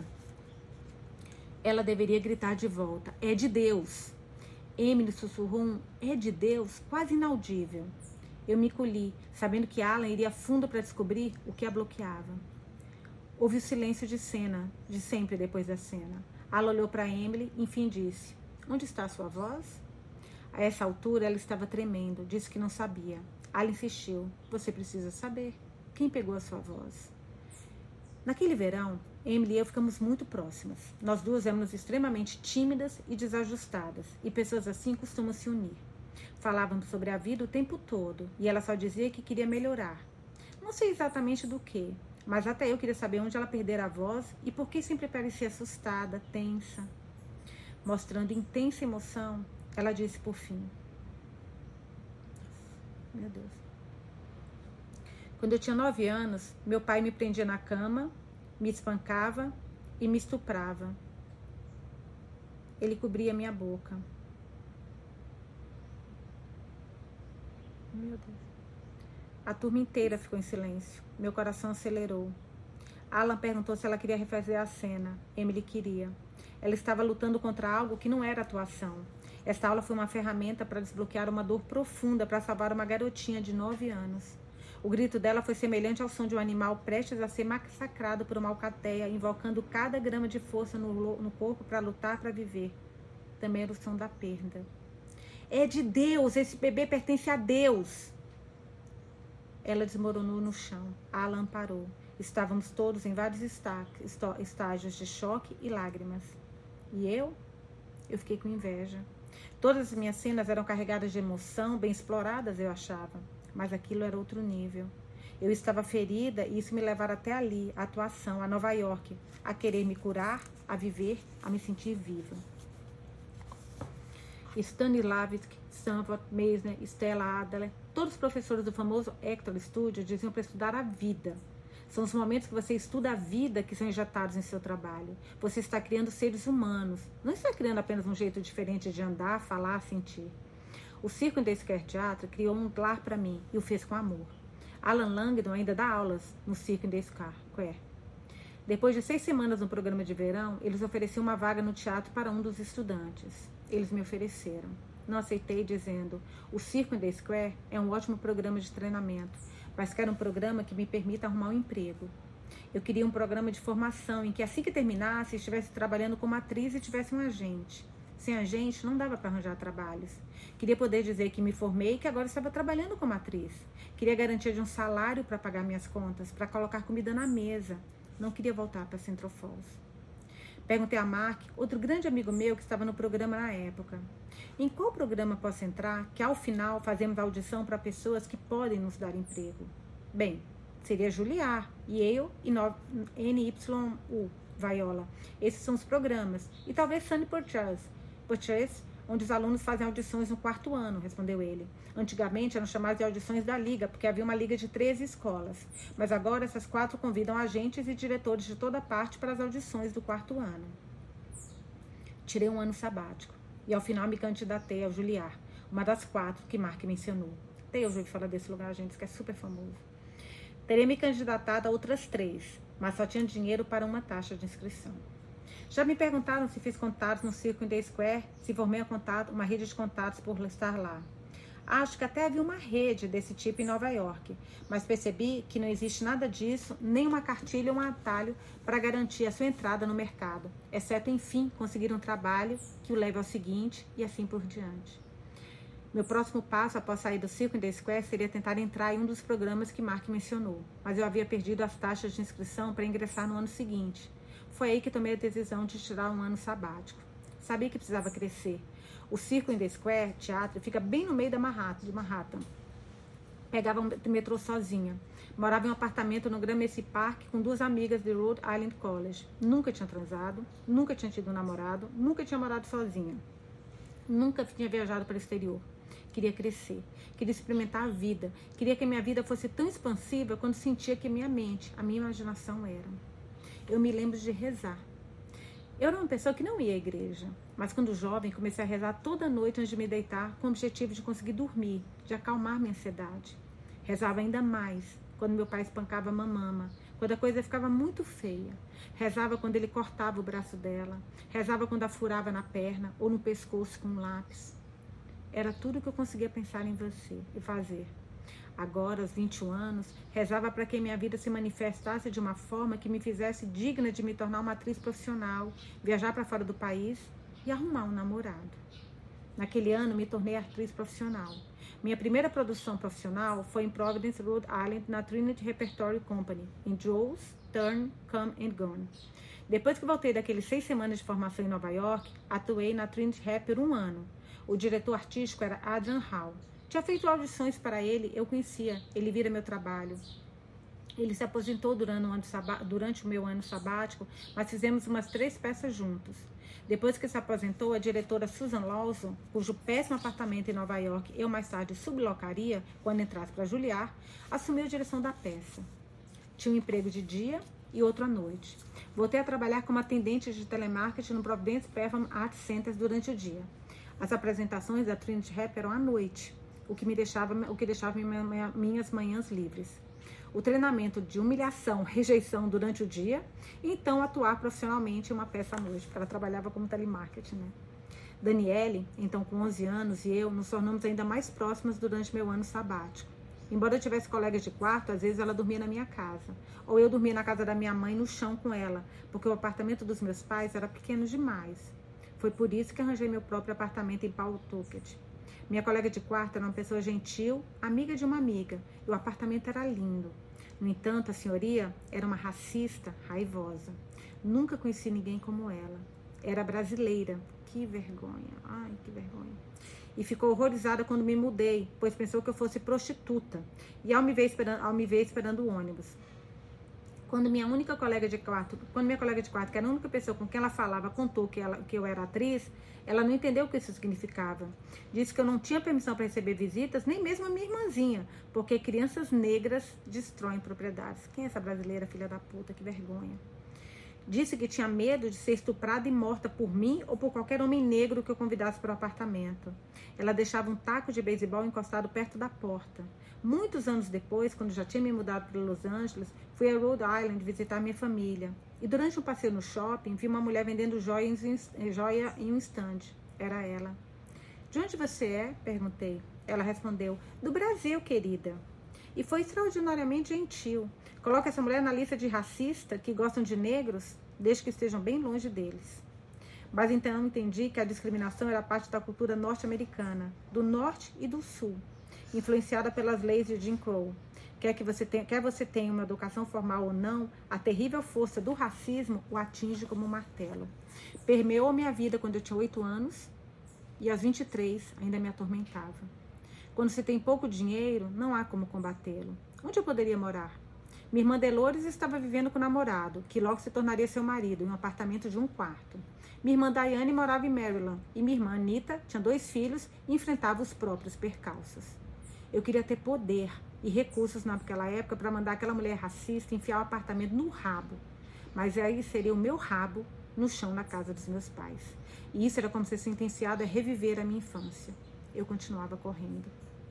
Ela deveria gritar de volta: é de Deus. Emily sussurrou um é de Deus quase inaudível. Eu me colhi, sabendo que Alan iria fundo para descobrir o que a bloqueava. Houve o silêncio de cena, de sempre depois da cena. Alan olhou para Emily e enfim disse: onde está a sua voz? A essa altura ela estava tremendo, disse que não sabia. Alan insistiu: você precisa saber. Quem pegou a sua voz? Naquele verão, Emily e eu ficamos muito próximas. Nós duas éramos extremamente tímidas e desajustadas, e pessoas assim costumam se unir. Falávamos sobre a vida o tempo todo, e ela só dizia que queria melhorar. Não sei exatamente do que, mas até eu queria saber onde ela perdera a voz e por que sempre parecia assustada, tensa. Mostrando intensa emoção, ela disse por fim: meu Deus. Quando eu tinha nove anos, meu pai me prendia na cama, me espancava e me estuprava. Ele cobria minha boca. Meu Deus. A turma inteira ficou em silêncio. Meu coração acelerou. Alan perguntou se ela queria refazer a cena. Emily queria. Ela estava lutando contra algo que não era atuação. Esta aula foi uma ferramenta para desbloquear uma dor profunda para salvar uma garotinha de nove anos. O grito dela foi semelhante ao som de um animal prestes a ser massacrado por uma alcateia, invocando cada grama de força no, no corpo para lutar para viver. Também era o som da perda. É de Deus, esse bebê pertence a Deus. Ela desmoronou no chão. Alan parou. Estávamos todos em vários estágios de choque e lágrimas. E eu? Eu fiquei com inveja. Todas as minhas cenas eram carregadas de emoção, bem exploradas, eu achava. Mas aquilo era outro nível. Eu estava ferida e isso me levara até ali, a atuação, a Nova York, a querer me curar, a viver, a me sentir viva. Stanislavski, Stanford, Meisner, Stella Adler, todos os professores do famoso Hector Studio diziam para estudar a vida. São os momentos que você estuda a vida que são injetados em seu trabalho. Você está criando seres humanos. Não está criando apenas um jeito diferente de andar, falar, sentir. O Circo in the Square Theatre criou um lar para mim e o fez com amor. Alan Langdon ainda dá aulas no Circo in the Square. Depois de seis semanas no programa de verão, eles ofereciam uma vaga no teatro para um dos estudantes. Eles me ofereceram. Não aceitei, dizendo: o Circo in the Square é um ótimo programa de treinamento, mas quero um programa que me permita arrumar um emprego. Eu queria um programa de formação em que, assim que terminasse, estivesse trabalhando como atriz e tivesse um agente. Sem agente, não dava para arranjar trabalhos. Queria poder dizer que me formei e que agora estava trabalhando como atriz. Queria garantia de um salário para pagar minhas contas, para colocar comida na mesa. Não queria voltar para Central Falls. Perguntei a Mark, outro grande amigo meu que estava no programa na época: em qual programa posso entrar que ao final fazemos audição para pessoas que podem nos dar emprego? Bem, seria Juilliard, Yale e N Y U, Viola. Esses são os programas. E talvez Sunny Purchase, Purchase, onde os alunos fazem audições no quarto ano, respondeu ele. Antigamente eram chamadas de audições da liga, porque havia uma liga de treze escolas. Mas agora essas quatro convidam agentes e diretores de toda parte para as audições do quarto ano. Tirei um ano sabático e ao final me candidatei ao Juilliard, uma das quatro que Mark mencionou. Até eu já ouvi falar desse lugar, gente, que é super famoso. Terei me candidatado a outras três, mas só tinha dinheiro para uma taxa de inscrição. Já me perguntaram se fiz contatos no Circo in the Square, se formei a contato, uma rede de contatos por estar lá. Acho que até havia uma rede desse tipo em Nova York, mas percebi que não existe nada disso, nem uma cartilha ou um atalho para garantir a sua entrada no mercado, exceto, enfim, conseguir um trabalho que o leve ao seguinte e assim por diante. Meu próximo passo após sair do Circo in the Square seria tentar entrar em um dos programas que Mark mencionou, mas eu havia perdido as taxas de inscrição para ingressar no ano seguinte. Foi aí que tomei a decisão de tirar um ano sabático. Sabia que precisava crescer. O Circo in the Square, teatro, fica bem no meio da Manhattan, de Manhattan. Pegava um metrô sozinha. Morava em um apartamento no Gramercy Park com duas amigas de Rhode Island College. Nunca tinha transado, nunca tinha tido um namorado, nunca tinha morado sozinha. Nunca tinha viajado para o exterior. Queria crescer, queria experimentar a vida. Queria que a minha vida fosse tão expansiva quanto sentia que minha mente, a minha imaginação era. Eu me lembro de rezar. Eu era uma pessoa que não ia à igreja, mas quando jovem comecei a rezar toda noite antes de me deitar com o objetivo de conseguir dormir, de acalmar minha ansiedade. Rezava ainda mais quando meu pai espancava a mamama, quando a coisa ficava muito feia. Rezava quando ele cortava o braço dela, rezava quando a furava na perna ou no pescoço com um lápis. Era tudo que eu conseguia pensar em você e fazer. Agora, aos vinte e um anos, rezava para que minha vida se manifestasse de uma forma que me fizesse digna de me tornar uma atriz profissional, viajar para fora do país e arrumar um namorado. Naquele ano, me tornei atriz profissional. Minha primeira produção profissional foi em Providence, Rhode Island, na Trinity Repertory Company, em Joe's, Turn, Come and Gone. Depois que voltei daqueles seis semanas de formação em Nova York, atuei na Trinity Rep por um ano. O diretor artístico era Adrian Hall. Tinha feito audições para ele, eu conhecia, ele vira meu trabalho. Ele se aposentou durante, um ano sabá, durante o meu ano sabático, mas fizemos umas três peças juntos. Depois que se aposentou, a diretora Susan Lawson, cujo péssimo apartamento em Nova York eu mais tarde sublocaria quando entrasse para Juilliard, assumiu a direção da peça. Tinha um emprego de dia e outro à noite. Voltei a trabalhar como atendente de telemarketing no Providence Performing Arts Center durante o dia. As apresentações da Trinity Rep eram à noite, o que me deixava, o que deixava minhas manhãs livres. O treinamento de humilhação, rejeição durante o dia, e então atuar profissionalmente em uma peça à noite, porque ela trabalhava como telemarketing, né? Daniele, então com onze anos, e eu nos tornamos ainda mais próximas durante meu ano sabático. Embora eu tivesse colegas de quarto, às vezes ela dormia na minha casa, ou eu dormia na casa da minha mãe no chão com ela, porque o apartamento dos meus pais era pequeno demais. Foi por isso que arranjei meu próprio apartamento em Pawtucket. Minha colega de quarto era uma pessoa gentil, amiga de uma amiga, e o apartamento era lindo. No entanto, a senhoria era uma racista raivosa. Nunca conheci ninguém como ela. Era brasileira, que vergonha, ai, que vergonha. E ficou horrorizada quando me mudei, pois pensou que eu fosse prostituta. E ao me ver esperando, ao me ver esperando o ônibus. Quando minha única colega de quarto, quando minha colega de quarto, que era a única pessoa com quem ela falava, contou que, ela, que eu era atriz, ela não entendeu o que isso significava. Disse que eu não tinha permissão para receber visitas, nem mesmo a minha irmãzinha, porque crianças negras destroem propriedades. Quem é essa brasileira, filha da puta? Que vergonha. Disse que tinha medo de ser estuprada e morta por mim ou por qualquer homem negro que eu convidasse para o apartamento. Ela deixava um taco de beisebol encostado perto da porta. Muitos anos depois, quando já tinha me mudado para Los Angeles, fui a Rhode Island visitar minha família. E durante um passeio no shopping, vi uma mulher vendendo joia em um stand. Era ela. De onde você é? Perguntei. Ela respondeu, do Brasil, querida. E foi extraordinariamente gentil. Coloca essa mulher na lista de racistas que gostam de negros, desde que estejam bem longe deles. Mas então entendi que a discriminação era parte da cultura norte-americana, do norte e do sul, influenciada pelas leis de Jim Crow. Quer que você tenha, quer você tenha uma educação formal ou não, a terrível força do racismo o atinge como um martelo. Permeou minha vida quando eu tinha oito anos e aos vinte e três ainda me atormentava. Quando se tem pouco dinheiro, não há como combatê-lo. Onde eu poderia morar? Minha irmã Delores estava vivendo com o namorado, que logo se tornaria seu marido, em um apartamento de um quarto. Minha irmã Daiane morava em Maryland e minha irmã Anita tinha dois filhos e enfrentava os próprios percalços. Eu queria ter poder e recursos naquela época para mandar aquela mulher racista enfiar o apartamento no rabo. Mas aí seria o meu rabo no chão na casa dos meus pais. E isso era como ser sentenciado a reviver a minha infância. Eu continuava correndo.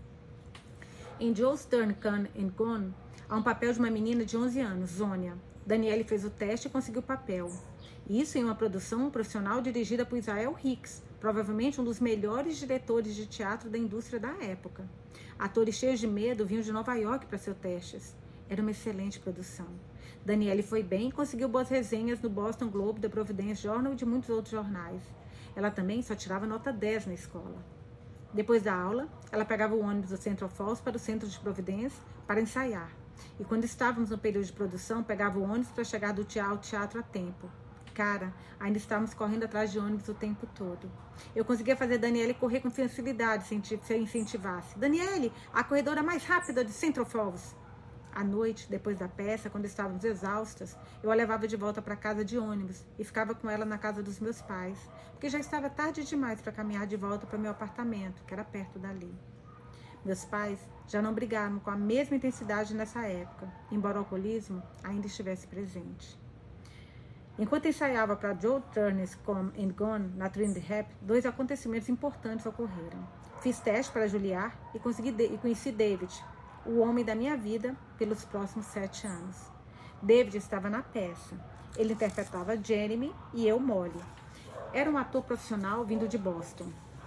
Em Joe's Turn, Come and Gone, há um papel de uma menina de onze anos, Zônia. Daniele fez o teste e conseguiu o papel. Isso em uma produção profissional dirigida por Israel Hicks, provavelmente um dos melhores diretores de teatro da indústria da época. Atores cheios de medo vinham de Nova York para seus testes. Era uma excelente produção. Daniele foi bem e conseguiu boas resenhas no Boston Globe, The Providence Journal e de muitos outros jornais. Ela também só tirava nota dez na escola. Depois da aula, ela pegava o ônibus do Central Falls para o centro de Providence para ensaiar. E quando estávamos no período de produção, pegava o ônibus para chegar do teatro ao teatro a tempo. Cara, ainda estávamos correndo atrás de ônibus o tempo todo. Eu conseguia fazer Daniele correr com facilidade se eu incentivasse. Daniele, a corredora mais rápida de Central Falls. À noite, depois da peça, quando estávamos exaustas, eu a levava de volta para casa de ônibus e ficava com ela na casa dos meus pais, porque já estava tarde demais para caminhar de volta para o meu apartamento, que era perto dali. Meus pais já não brigaram com a mesma intensidade nessa época, embora o alcoolismo ainda estivesse presente. Enquanto ensaiava para Joe Turner's Come and Gone, na Trinity Rap, dois acontecimentos importantes ocorreram. Fiz teste para Juilliard e, consegui e conheci David, o homem da minha vida, pelos próximos sete anos. David estava na peça. Ele interpretava Jeremy e eu Molly. Era um ator profissional vindo de Boston.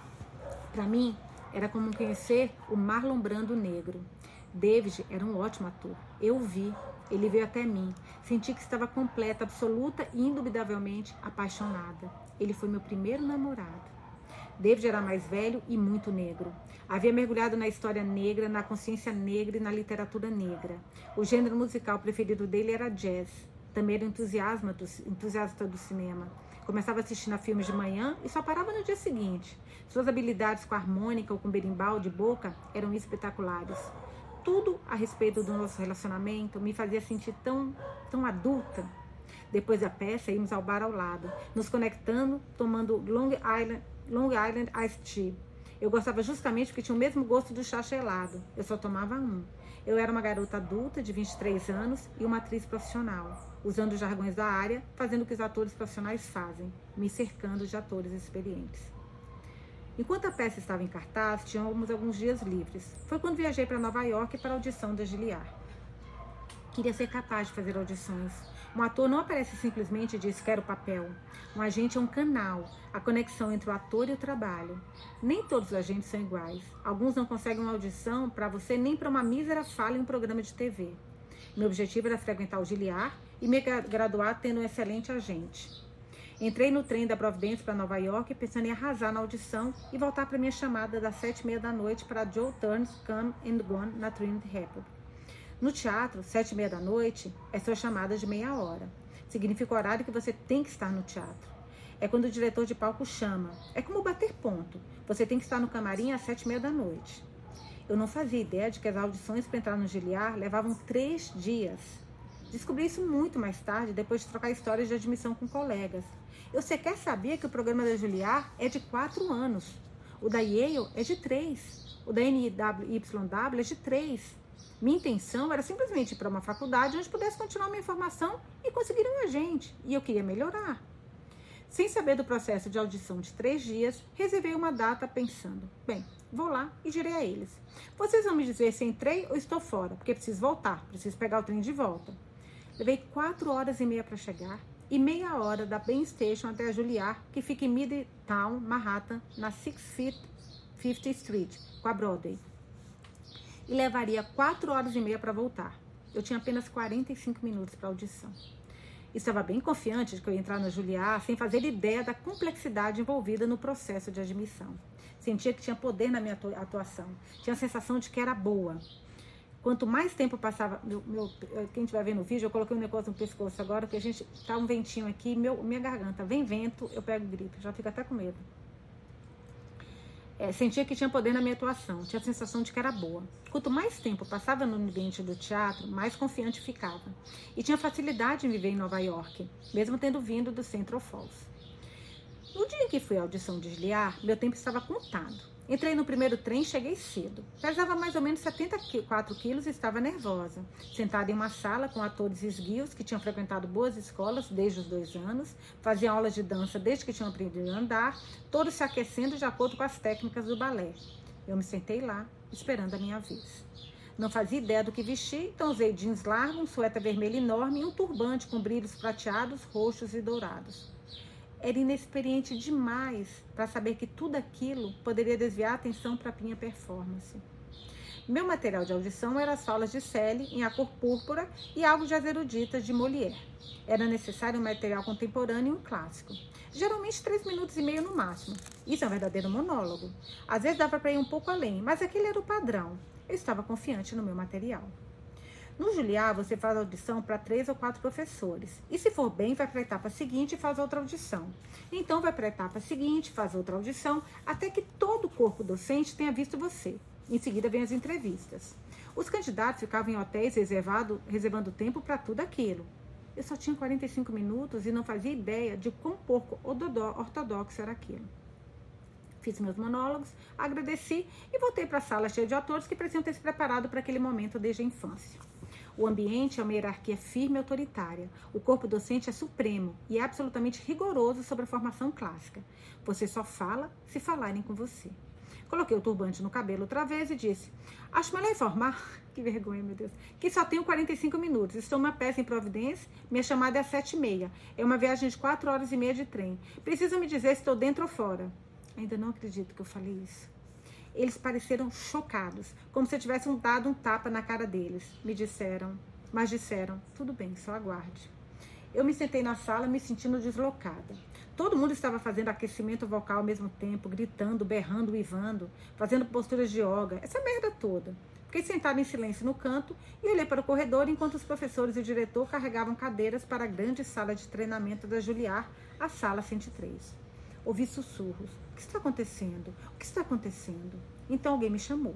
Para mim, era como conhecer o Marlon Brando negro. David era um ótimo ator. Eu o vi. Ele veio até mim. Senti que estava completa, absoluta e indubitavelmente apaixonada. Ele foi meu primeiro namorado. David era mais velho e muito negro. Havia mergulhado na história negra, na consciência negra e na literatura negra. O gênero musical preferido dele era jazz. Também era entusiasta do, entusiasta do cinema. Começava assistindo a filmes de manhã e só parava no dia seguinte. Suas habilidades com a harmônica ou com berimbau de boca eram espetaculares. Tudo a respeito do nosso relacionamento me fazia sentir tão, tão adulta. Depois da peça, íamos ao bar ao lado, nos conectando, tomando Long Island, Long Island Iced Tea. Eu gostava justamente porque tinha o mesmo gosto do chá gelado. Eu só tomava um. Eu era uma garota adulta de vinte e três anos e uma atriz profissional, usando os jargões da área, fazendo o que os atores profissionais fazem, me cercando de atores experientes. Enquanto a peça estava em cartaz, tínhamos alguns dias livres. Foi quando viajei para Nova York para a audição da Juilliard. Queria ser capaz de fazer audições. Um ator não aparece simplesmente e diz quero papel. Um agente é um canal, a conexão entre o ator e o trabalho. Nem todos os agentes são iguais. Alguns não conseguem uma audição para você nem para uma mísera fala em um programa de T V. Meu objetivo era frequentar o Juilliard e me graduar tendo um excelente agente. Entrei no trem da Providence para Nova York pensando em arrasar na audição e voltar para minha chamada das sete e meia da noite para Joe Turner's Come and Gone na Trinity Rap. No teatro, sete e meia da noite é sua chamada de meia hora. Significa o horário que você tem que estar no teatro. É quando o diretor de palco chama. É como bater ponto. Você tem que estar no camarim às sete e meia da noite. Eu não fazia ideia de que as audições para entrar no Giliar levavam três dias. Descobri isso muito mais tarde, depois de trocar histórias de admissão com colegas. Eu sequer sabia que o programa da Giliar é de quatro anos. O da Yale é de três. O da N Y W é de três. Minha intenção era simplesmente ir para uma faculdade onde pudesse continuar minha formação e conseguir um agente. E eu queria melhorar. Sem saber do processo de audição de três dias, reservei uma data pensando, bem, vou lá e direi a eles. Vocês vão me dizer se entrei ou estou fora, porque preciso voltar, preciso pegar o trem de volta. Levei quatro horas e meia para chegar e meia hora da Penn Station até a Juilliard, que fica em Midtown, Manhattan, na sixth fiftieth Street, com a Broadway. E levaria quatro horas e meia para voltar. Eu tinha apenas quarenta e cinco minutos para audição. Estava bem confiante de que eu ia entrar na Juilliard sem fazer ideia da complexidade envolvida no processo de admissão. Sentia que tinha poder na minha atuação. Tinha a sensação de que era boa. Quanto mais tempo passava... Meu, meu, quem estiver vendo o vídeo, eu coloquei um negócio no pescoço agora, porque a gente... Tá um ventinho aqui, meu, minha garganta. Vem vento, eu pego gripe. Já fico até com medo. É, sentia que tinha poder na minha atuação. Tinha a sensação de que era boa. Quanto mais tempo passava no ambiente do teatro, mais confiante ficava. E tinha facilidade em viver em Nova York, mesmo tendo vindo do Central Falls. No dia em que fui à audição de Giliar, meu tempo estava contado. Entrei no primeiro trem e cheguei cedo. Pesava mais ou menos setenta e quatro quilos e estava nervosa. Sentada em uma sala com atores esguios que tinham frequentado boas escolas desde os dois anos, faziam aulas de dança desde que tinham aprendido a andar, todos se aquecendo de acordo com as técnicas do balé. Eu me sentei lá, esperando a minha vez. Não fazia ideia do que vestir, então usei jeans largo, um suéter vermelho enorme e um turbante com brilhos prateados, roxos e dourados. Era inexperiente demais para saber que tudo aquilo poderia desviar a atenção para a minha performance. Meu material de audição era as falas de Sally em A Cor Púrpura e algo de As Eruditas de Molière. Era necessário um material contemporâneo e um clássico. Geralmente três minutos e meio no máximo. Isso é um verdadeiro monólogo. Às vezes dava para ir um pouco além, mas aquele era o padrão. Eu estava confiante no meu material. No Juilliard, você faz audição para três ou quatro professores. E se for bem, vai para a etapa seguinte e faz outra audição. Então, vai para a etapa seguinte, faz outra audição, até que todo o corpo docente tenha visto você. Em seguida, vem as entrevistas. Os candidatos ficavam em hotéis reservado, reservando tempo para tudo aquilo. Eu só tinha quarenta e cinco minutos e não fazia ideia de quão pouco ortodoxo era aquilo. Fiz meus monólogos, agradeci e voltei para a sala cheia de atores que pareciam ter se preparado para aquele momento desde a infância. O ambiente é uma hierarquia firme e autoritária. O corpo docente é supremo e é absolutamente rigoroso sobre a formação clássica. Você só fala se falarem com você. Coloquei o turbante no cabelo outra vez e disse: acho melhor informar, que vergonha, meu Deus, que só tenho quarenta e cinco minutos. Estou numa peça em Providência, minha chamada é às sete e meia. É uma viagem de quatro horas e meia de trem. Precisam me dizer se estou dentro ou fora. Ainda não acredito que eu falei isso. Eles pareceram chocados, como se eu tivesse dado um tapa na cara deles. Me disseram, mas disseram, tudo bem, só aguarde. Eu me sentei na sala me sentindo deslocada. Todo mundo estava fazendo aquecimento vocal ao mesmo tempo, gritando, berrando, uivando, fazendo posturas de yoga, essa merda toda. Fiquei sentada em silêncio no canto e olhei para o corredor enquanto os professores e o diretor carregavam cadeiras para a grande sala de treinamento da Juilliard, a sala cento e três. Ouvi sussurros. O que está acontecendo? O que está acontecendo? Então alguém me chamou.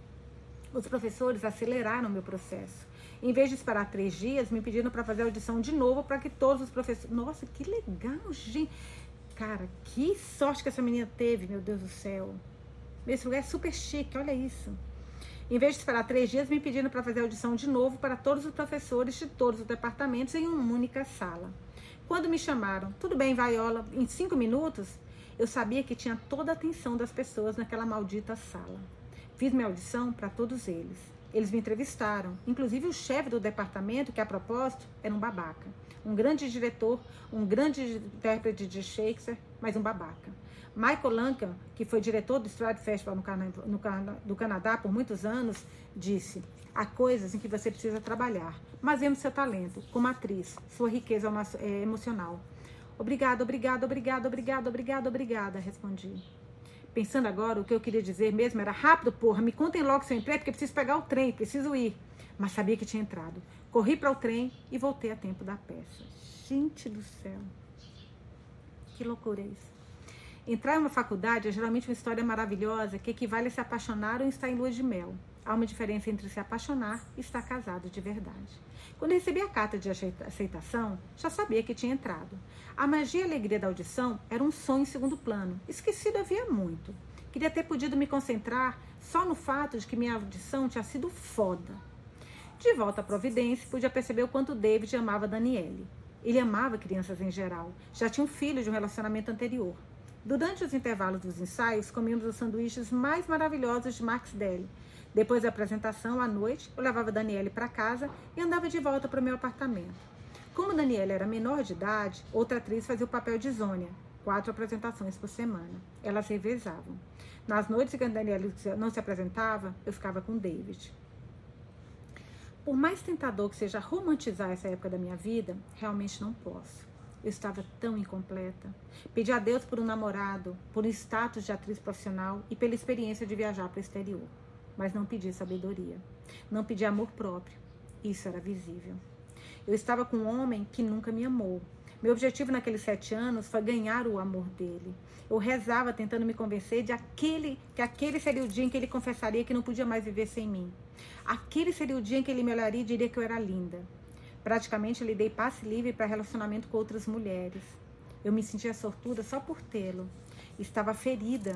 Os professores aceleraram o meu processo. Em vez de esperar três dias, me pediram para fazer a audição de novo para que todos os professores... Nossa, que legal, gente! Cara, que sorte que essa menina teve, meu Deus do céu. Esse lugar é super chique, olha isso. Em vez de esperar três dias, me pediram para fazer a audição de novo para todos os professores de todos os departamentos em uma única sala. Quando me chamaram, tudo bem, Viola, em cinco minutos, eu sabia que tinha toda a atenção das pessoas naquela maldita sala. Fiz minha audição para todos eles. Eles me entrevistaram, inclusive o chefe do departamento, que a propósito era um babaca. Um grande diretor, um grande intérprete de Shakespeare, mas um babaca. Michael Lanka, que foi diretor do Stride Festival no Cana- no Cana- do Canadá por muitos anos, disse: há coisas em que você precisa trabalhar, mas vemos seu talento como atriz, sua riqueza emocional. Obrigada, obrigada, obrigada, obrigada, obrigada, obrigada, respondi. Pensando agora, o que eu queria dizer mesmo era: rápido, porra, me contem logo se eu entrei, porque eu preciso pegar o trem, preciso ir. Mas sabia que tinha entrado. Corri para o trem e voltei a tempo da peça. Gente do céu. Que Que loucura isso. Entrar em uma faculdade é geralmente uma história maravilhosa que equivale a se apaixonar ou estar em lua de mel. Há uma diferença entre se apaixonar e estar casado de verdade. Quando recebi a carta de aceitação, já sabia que tinha entrado. A magia e a alegria da audição era um sonho em segundo plano, esquecido havia muito. Queria ter podido me concentrar só no fato de que minha audição tinha sido foda. De volta à Providência, pude perceber o quanto David amava Daniele. Ele amava crianças em geral, já tinha um filho de um relacionamento anterior. Durante os intervalos dos ensaios, comíamos os sanduíches mais maravilhosos de Max Deli. Depois da apresentação, à noite, eu levava Daniele para casa e andava de volta para o meu apartamento. Como Daniele era menor de idade, outra atriz fazia o papel de Zônia, quatro apresentações por semana. Elas revezavam. Nas noites que a Daniele não se apresentava, eu ficava com David. Por mais tentador que seja romantizar essa época da minha vida, realmente não posso. Eu estava tão incompleta. Pedi a Deus por um namorado, por um status de atriz profissional e pela experiência de viajar para o exterior. Mas não pedi sabedoria. Não pedi amor próprio. Isso era visível. Eu estava com um homem que nunca me amou. Meu objetivo naqueles sete anos foi ganhar o amor dele. Eu rezava tentando me convencer de aquele, que aquele seria o dia em que ele confessaria que não podia mais viver sem mim. Aquele seria o dia em que ele me olharia e diria que eu era linda. Praticamente lhe dei passe livre para relacionamento com outras mulheres. Eu me sentia sortuda só por tê-lo. Estava ferida.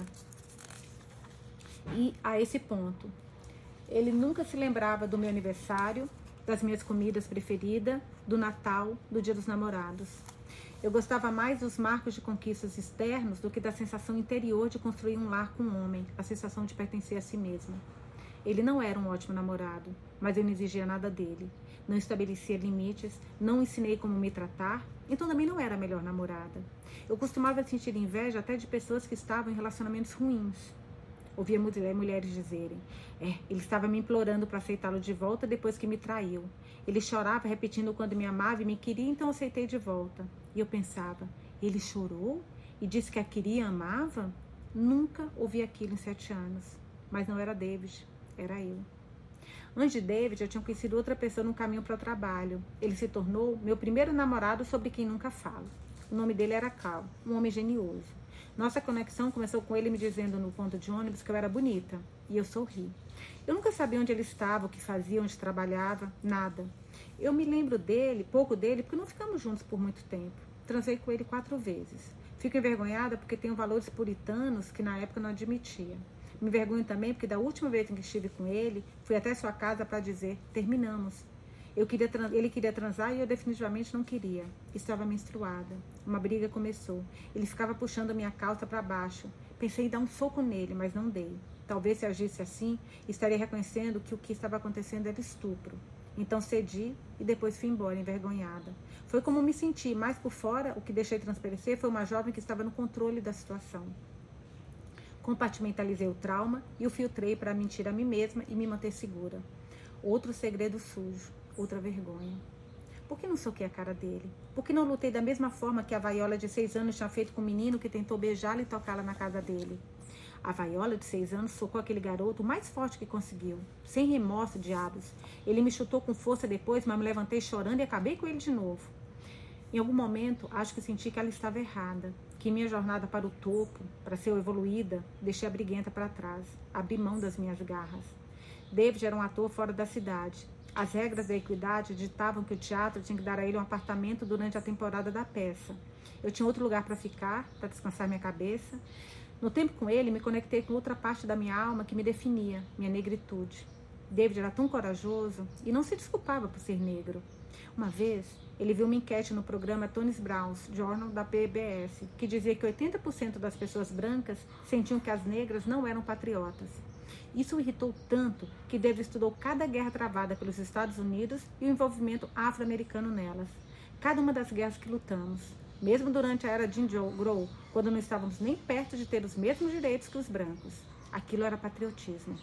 E a esse ponto, ele nunca se lembrava do meu aniversário, das minhas comidas preferidas, do Natal, do Dia dos Namorados. Eu gostava mais dos marcos de conquistas externos do que da sensação interior de construir um lar com um homem, a sensação de pertencer a si mesma. Ele não era um ótimo namorado, mas eu não exigia nada dele. Não estabelecia limites, não ensinei como me tratar, então também não era a melhor namorada. Eu costumava sentir inveja até de pessoas que estavam em relacionamentos ruins. Ouvia mulheres dizerem, é, ele estava me implorando para aceitá-lo de volta depois que me traiu. Ele chorava repetindo quando me amava e me queria, então aceitei de volta. E eu pensava, ele chorou e disse que a queria e amava? Nunca ouvi aquilo em sete anos. Mas não era David, era eu. Antes de David, eu tinha conhecido outra pessoa no caminho para o trabalho. Ele se tornou meu primeiro namorado sobre quem nunca falo. O nome dele era Carl, um homem genioso. Nossa conexão começou com ele me dizendo no ponto de ônibus que eu era bonita. E eu sorri. Eu nunca sabia onde ele estava, o que fazia, onde trabalhava, nada. Eu me lembro dele, pouco dele, porque não ficamos juntos por muito tempo. Transei com ele quatro vezes. Fico envergonhada porque tenho valores puritanos que na época não admitia. Me envergonho também porque da última vez em que estive com ele, fui até sua casa para dizer, terminamos. Eu queria, ele queria transar e eu definitivamente não queria. Estava menstruada. Uma briga começou. Ele ficava puxando a minha calça para baixo. Pensei em dar um soco nele, mas não dei. Talvez se agisse assim, estaria reconhecendo que o que estava acontecendo era estupro. Então cedi e depois fui embora, envergonhada. Foi como me senti, mas por fora, o que deixei transparecer foi uma jovem que estava no controle da situação. Compartimentalizei o trauma e o filtrei para mentir a mim mesma e me manter segura. Outro segredo sujo, outra vergonha. Por que não soquei a cara dele? Por que não lutei da mesma forma que a Vaiola de seis anos tinha feito com o menino que tentou beijá-la e tocá-la na casa dele? A Vaiola de seis anos socou aquele garoto o mais forte que conseguiu. Sem remorso, diabos. Ele me chutou com força depois, mas me levantei chorando e acabei com ele de novo. Em algum momento, acho que senti que ela estava errada. Que minha jornada para o topo, para ser evoluída, deixei a briguenta para trás. Abri mão das minhas garras. David era um ator fora da cidade. As regras da equidade ditavam que o teatro tinha que dar a ele um apartamento durante a temporada da peça. Eu tinha outro lugar para ficar, para descansar minha cabeça. No tempo com ele, me conectei com outra parte da minha alma que me definia, minha negritude. David era tão corajoso e não se desculpava por ser negro. Uma vez, ele viu uma enquete no programa Tony Brown's Journal da P B S, que dizia que oitenta por cento das pessoas brancas sentiam que as negras não eram patriotas. Isso o irritou tanto que David estudou cada guerra travada pelos Estados Unidos e o envolvimento afro-americano nelas. Cada uma das guerras que lutamos, mesmo durante a era Jim Crow, quando não estávamos nem perto de ter os mesmos direitos que os brancos. Aquilo era patriotismo.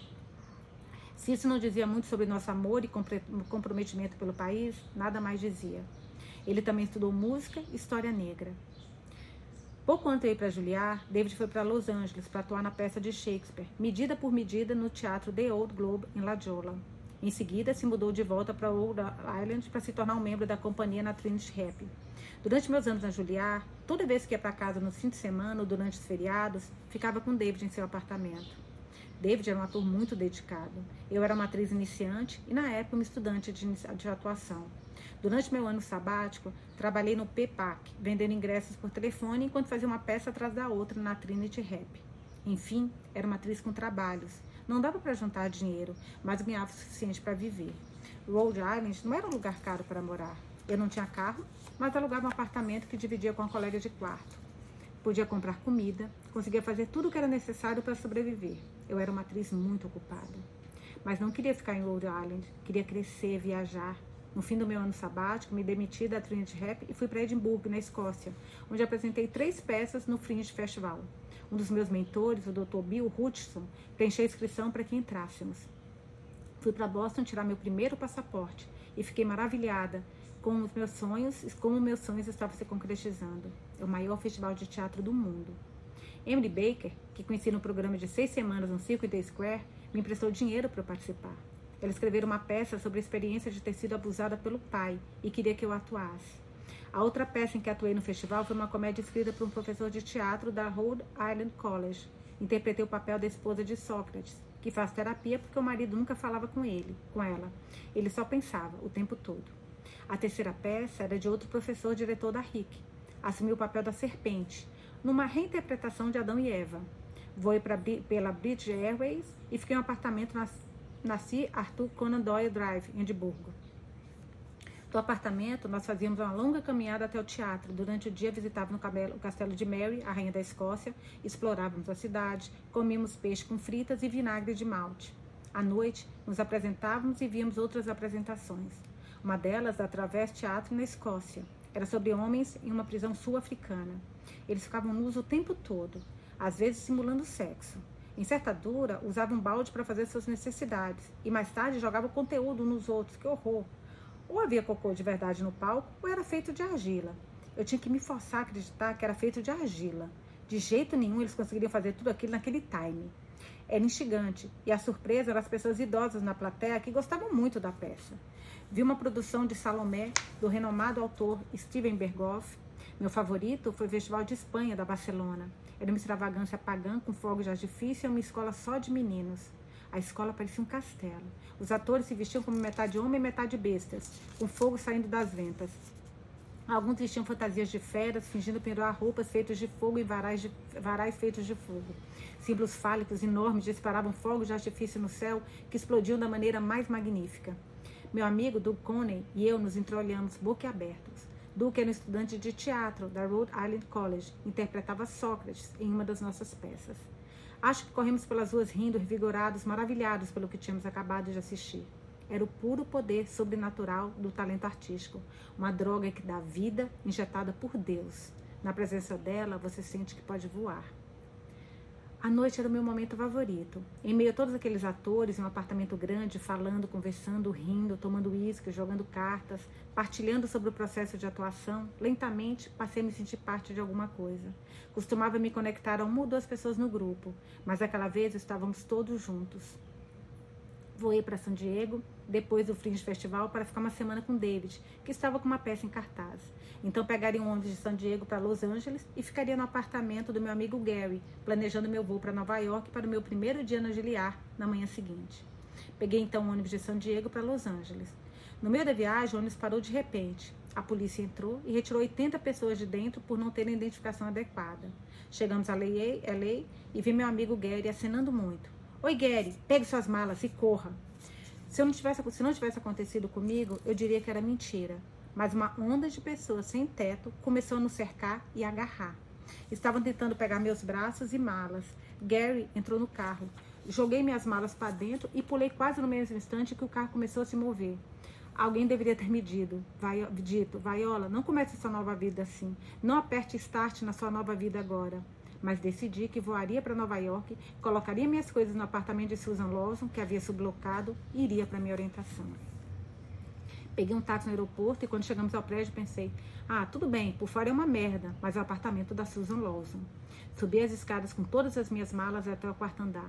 Se isso não dizia muito sobre nosso amor e comprometimento pelo país, nada mais dizia. Ele também estudou música e história negra. Pouco antes de ir para Juilliard, David foi para Los Angeles para atuar na peça de Shakespeare, Medida por Medida, no teatro The Old Globe, em La Jolla. Em seguida, se mudou de volta para Rhode Island para se tornar um membro da companhia na Trinity Rep. Durante meus anos na Juilliard, toda vez que ia para casa nos fins de semana ou durante os feriados, ficava com David em seu apartamento. David era um ator muito dedicado. Eu era uma atriz iniciante e, na época, uma estudante de, de atuação. Durante meu ano sabático, trabalhei no P PAC, vendendo ingressos por telefone enquanto fazia uma peça atrás da outra na Trinity Rep. Enfim, era uma atriz com trabalhos. Não dava para juntar dinheiro, mas ganhava o suficiente para viver. Rhode Island não era um lugar caro para morar. Eu não tinha carro, mas alugava um apartamento que dividia com uma colega de quarto. Podia comprar comida, conseguia fazer tudo o que era necessário para sobreviver. Eu era uma atriz muito ocupada. Mas não queria ficar em Rhode Island, queria crescer, viajar. No fim do meu ano sabático, me demiti da Trinity Rep e fui para Edimburgo, na Escócia, onde apresentei três peças no Fringe Festival. Um dos meus mentores, o doutor Bill Hutchison, preencheu a inscrição para que entrássemos. Fui para Boston tirar meu primeiro passaporte e fiquei maravilhada com os meus sonhos e como meus sonhos estavam se concretizando. É o maior festival de teatro do mundo. Emily Baker, que conheci no programa de seis semanas no Circuit Day Square, me emprestou dinheiro para eu participar. Ela escreveu uma peça sobre a experiência de ter sido abusada pelo pai e queria que eu atuasse. A outra peça em que atuei no festival foi uma comédia escrita por um professor de teatro da Rhode Island College. Interpretei o papel da esposa de Sócrates, que faz terapia porque o marido nunca falava com ele, com ela. Ele só pensava o tempo todo. A terceira peça era de outro professor diretor da R I C. Assumi o papel da serpente, numa reinterpretação de Adão e Eva. Voei pra, pela British Airways e fiquei em um apartamento na, na C. Arthur Conan Doyle Drive, em Edimburgo. Do apartamento, nós fazíamos uma longa caminhada até o teatro. Durante o dia, visitávamos o castelo de Mary, a rainha da Escócia, explorávamos a cidade, comíamos peixe com fritas e vinagre de malte. À noite, nos apresentávamos e víamos outras apresentações. Uma delas, da Travers Teatro, na Escócia. Era sobre homens em uma prisão sul-africana. Eles ficavam nus o tempo todo, às vezes simulando sexo. Em certa dura, usavam um balde para fazer suas necessidades e mais tarde jogavam conteúdo nos outros. Que horror! Ou havia cocô de verdade no palco, ou era feito de argila. Eu tinha que me forçar a acreditar que era feito de argila. De jeito nenhum eles conseguiriam fazer tudo aquilo naquele time. Era instigante, e a surpresa eram as pessoas idosas na plateia que gostavam muito da peça. Vi uma produção de Salomé, do renomado autor Steven Berghoff. Meu favorito foi o Festival de Espanha, da Barcelona. Era uma extravagância pagã com fogos de artifício e uma escola só de meninos. A escola parecia um castelo. Os atores se vestiam como metade homem e metade bestas, com fogo saindo das ventas. Alguns vestiam fantasias de feras, fingindo pendurar roupas feitas de fogo e varais, de, varais feitos de fogo. Símbolos fálicos enormes disparavam fogos de artifício no céu que explodiam da maneira mais magnífica. Meu amigo Doug Coney e eu nos entreolhamos boquiabertos. Doug era um estudante de teatro da Rhode Island College, interpretava Sócrates em uma das nossas peças. Acho que corremos pelas ruas rindo, revigorados, maravilhados pelo que tínhamos acabado de assistir. Era o puro poder sobrenatural do talento artístico, uma droga que dá vida, injetada por Deus. Na presença dela, você sente que pode voar. A noite era o meu momento favorito. Em meio a todos aqueles atores, em um apartamento grande, falando, conversando, rindo, tomando uísque, jogando cartas, partilhando sobre o processo de atuação, lentamente passei a me sentir parte de alguma coisa. Costumava me conectar a uma ou duas pessoas no grupo, mas aquela vez estávamos todos juntos. Voei para San Diego, depois do Fringe Festival, para ficar uma semana com David, que estava com uma peça em cartaz. Então pegaria um ônibus de San Diego para Los Angeles e ficaria no apartamento do meu amigo Gary, planejando meu voo para Nova York para o meu primeiro dia na Juilliard, na manhã seguinte. Peguei então o ônibus de San Diego para Los Angeles. No meio da viagem, o ônibus parou de repente. A polícia entrou e retirou oitenta pessoas de dentro por não terem identificação adequada. Chegamos a L A e vi meu amigo Gary acenando muito. Oi, Gary, pegue suas malas e corra. Se, eu não tivesse, se não tivesse acontecido comigo, eu diria que era mentira. Mas uma onda de pessoas sem teto começou a nos cercar e agarrar. Estavam tentando pegar meus braços e malas. Gary entrou no carro. Joguei minhas malas para dentro e pulei quase no mesmo instante que o carro começou a se mover. Alguém deveria ter me dito, vai, dito, Viola, não comece sua nova vida assim. Não aperte start na sua nova vida agora. Mas decidi que voaria para Nova York, colocaria minhas coisas no apartamento de Susan Lawson, que havia sublocado, e iria para minha orientação. Peguei um táxi no aeroporto e quando chegamos ao prédio pensei, ah, tudo bem, por fora é uma merda, mas é o apartamento da Susan Lawson. Subi as escadas com todas as minhas malas até o quarto andar.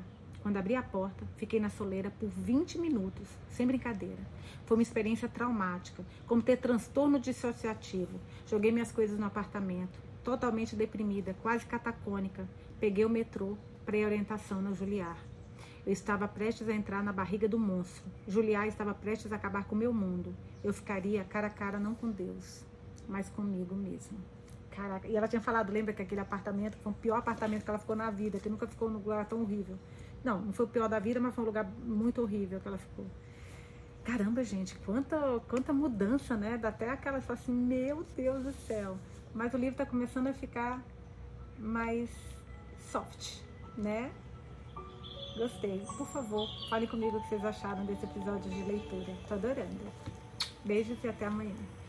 Quando abri a porta, fiquei na soleira por vinte minutos, sem brincadeira. Foi uma experiência traumática, como ter transtorno dissociativo. Joguei minhas coisas no apartamento, totalmente deprimida, quase catacônica. Peguei o metrô, pré-orientação na Juliar. Eu estava prestes a entrar na barriga do monstro. Juliar estava prestes a acabar com o meu mundo. Eu ficaria cara a cara não com Deus, mas comigo mesmo. Caraca. E ela tinha falado, lembra que aquele apartamento foi o pior apartamento que ela ficou na vida, que nunca ficou num lugar tão horrível. Não, não foi o pior da vida, mas foi um lugar muito horrível que ela ficou. Caramba, gente, quanta, quanta mudança, né? Dá até aquela só assim, meu Deus do céu. Mas o livro tá começando a ficar mais soft, né? Gostei. Por favor, falem comigo o que vocês acharam desse episódio de leitura. Tô adorando. Beijos e até amanhã.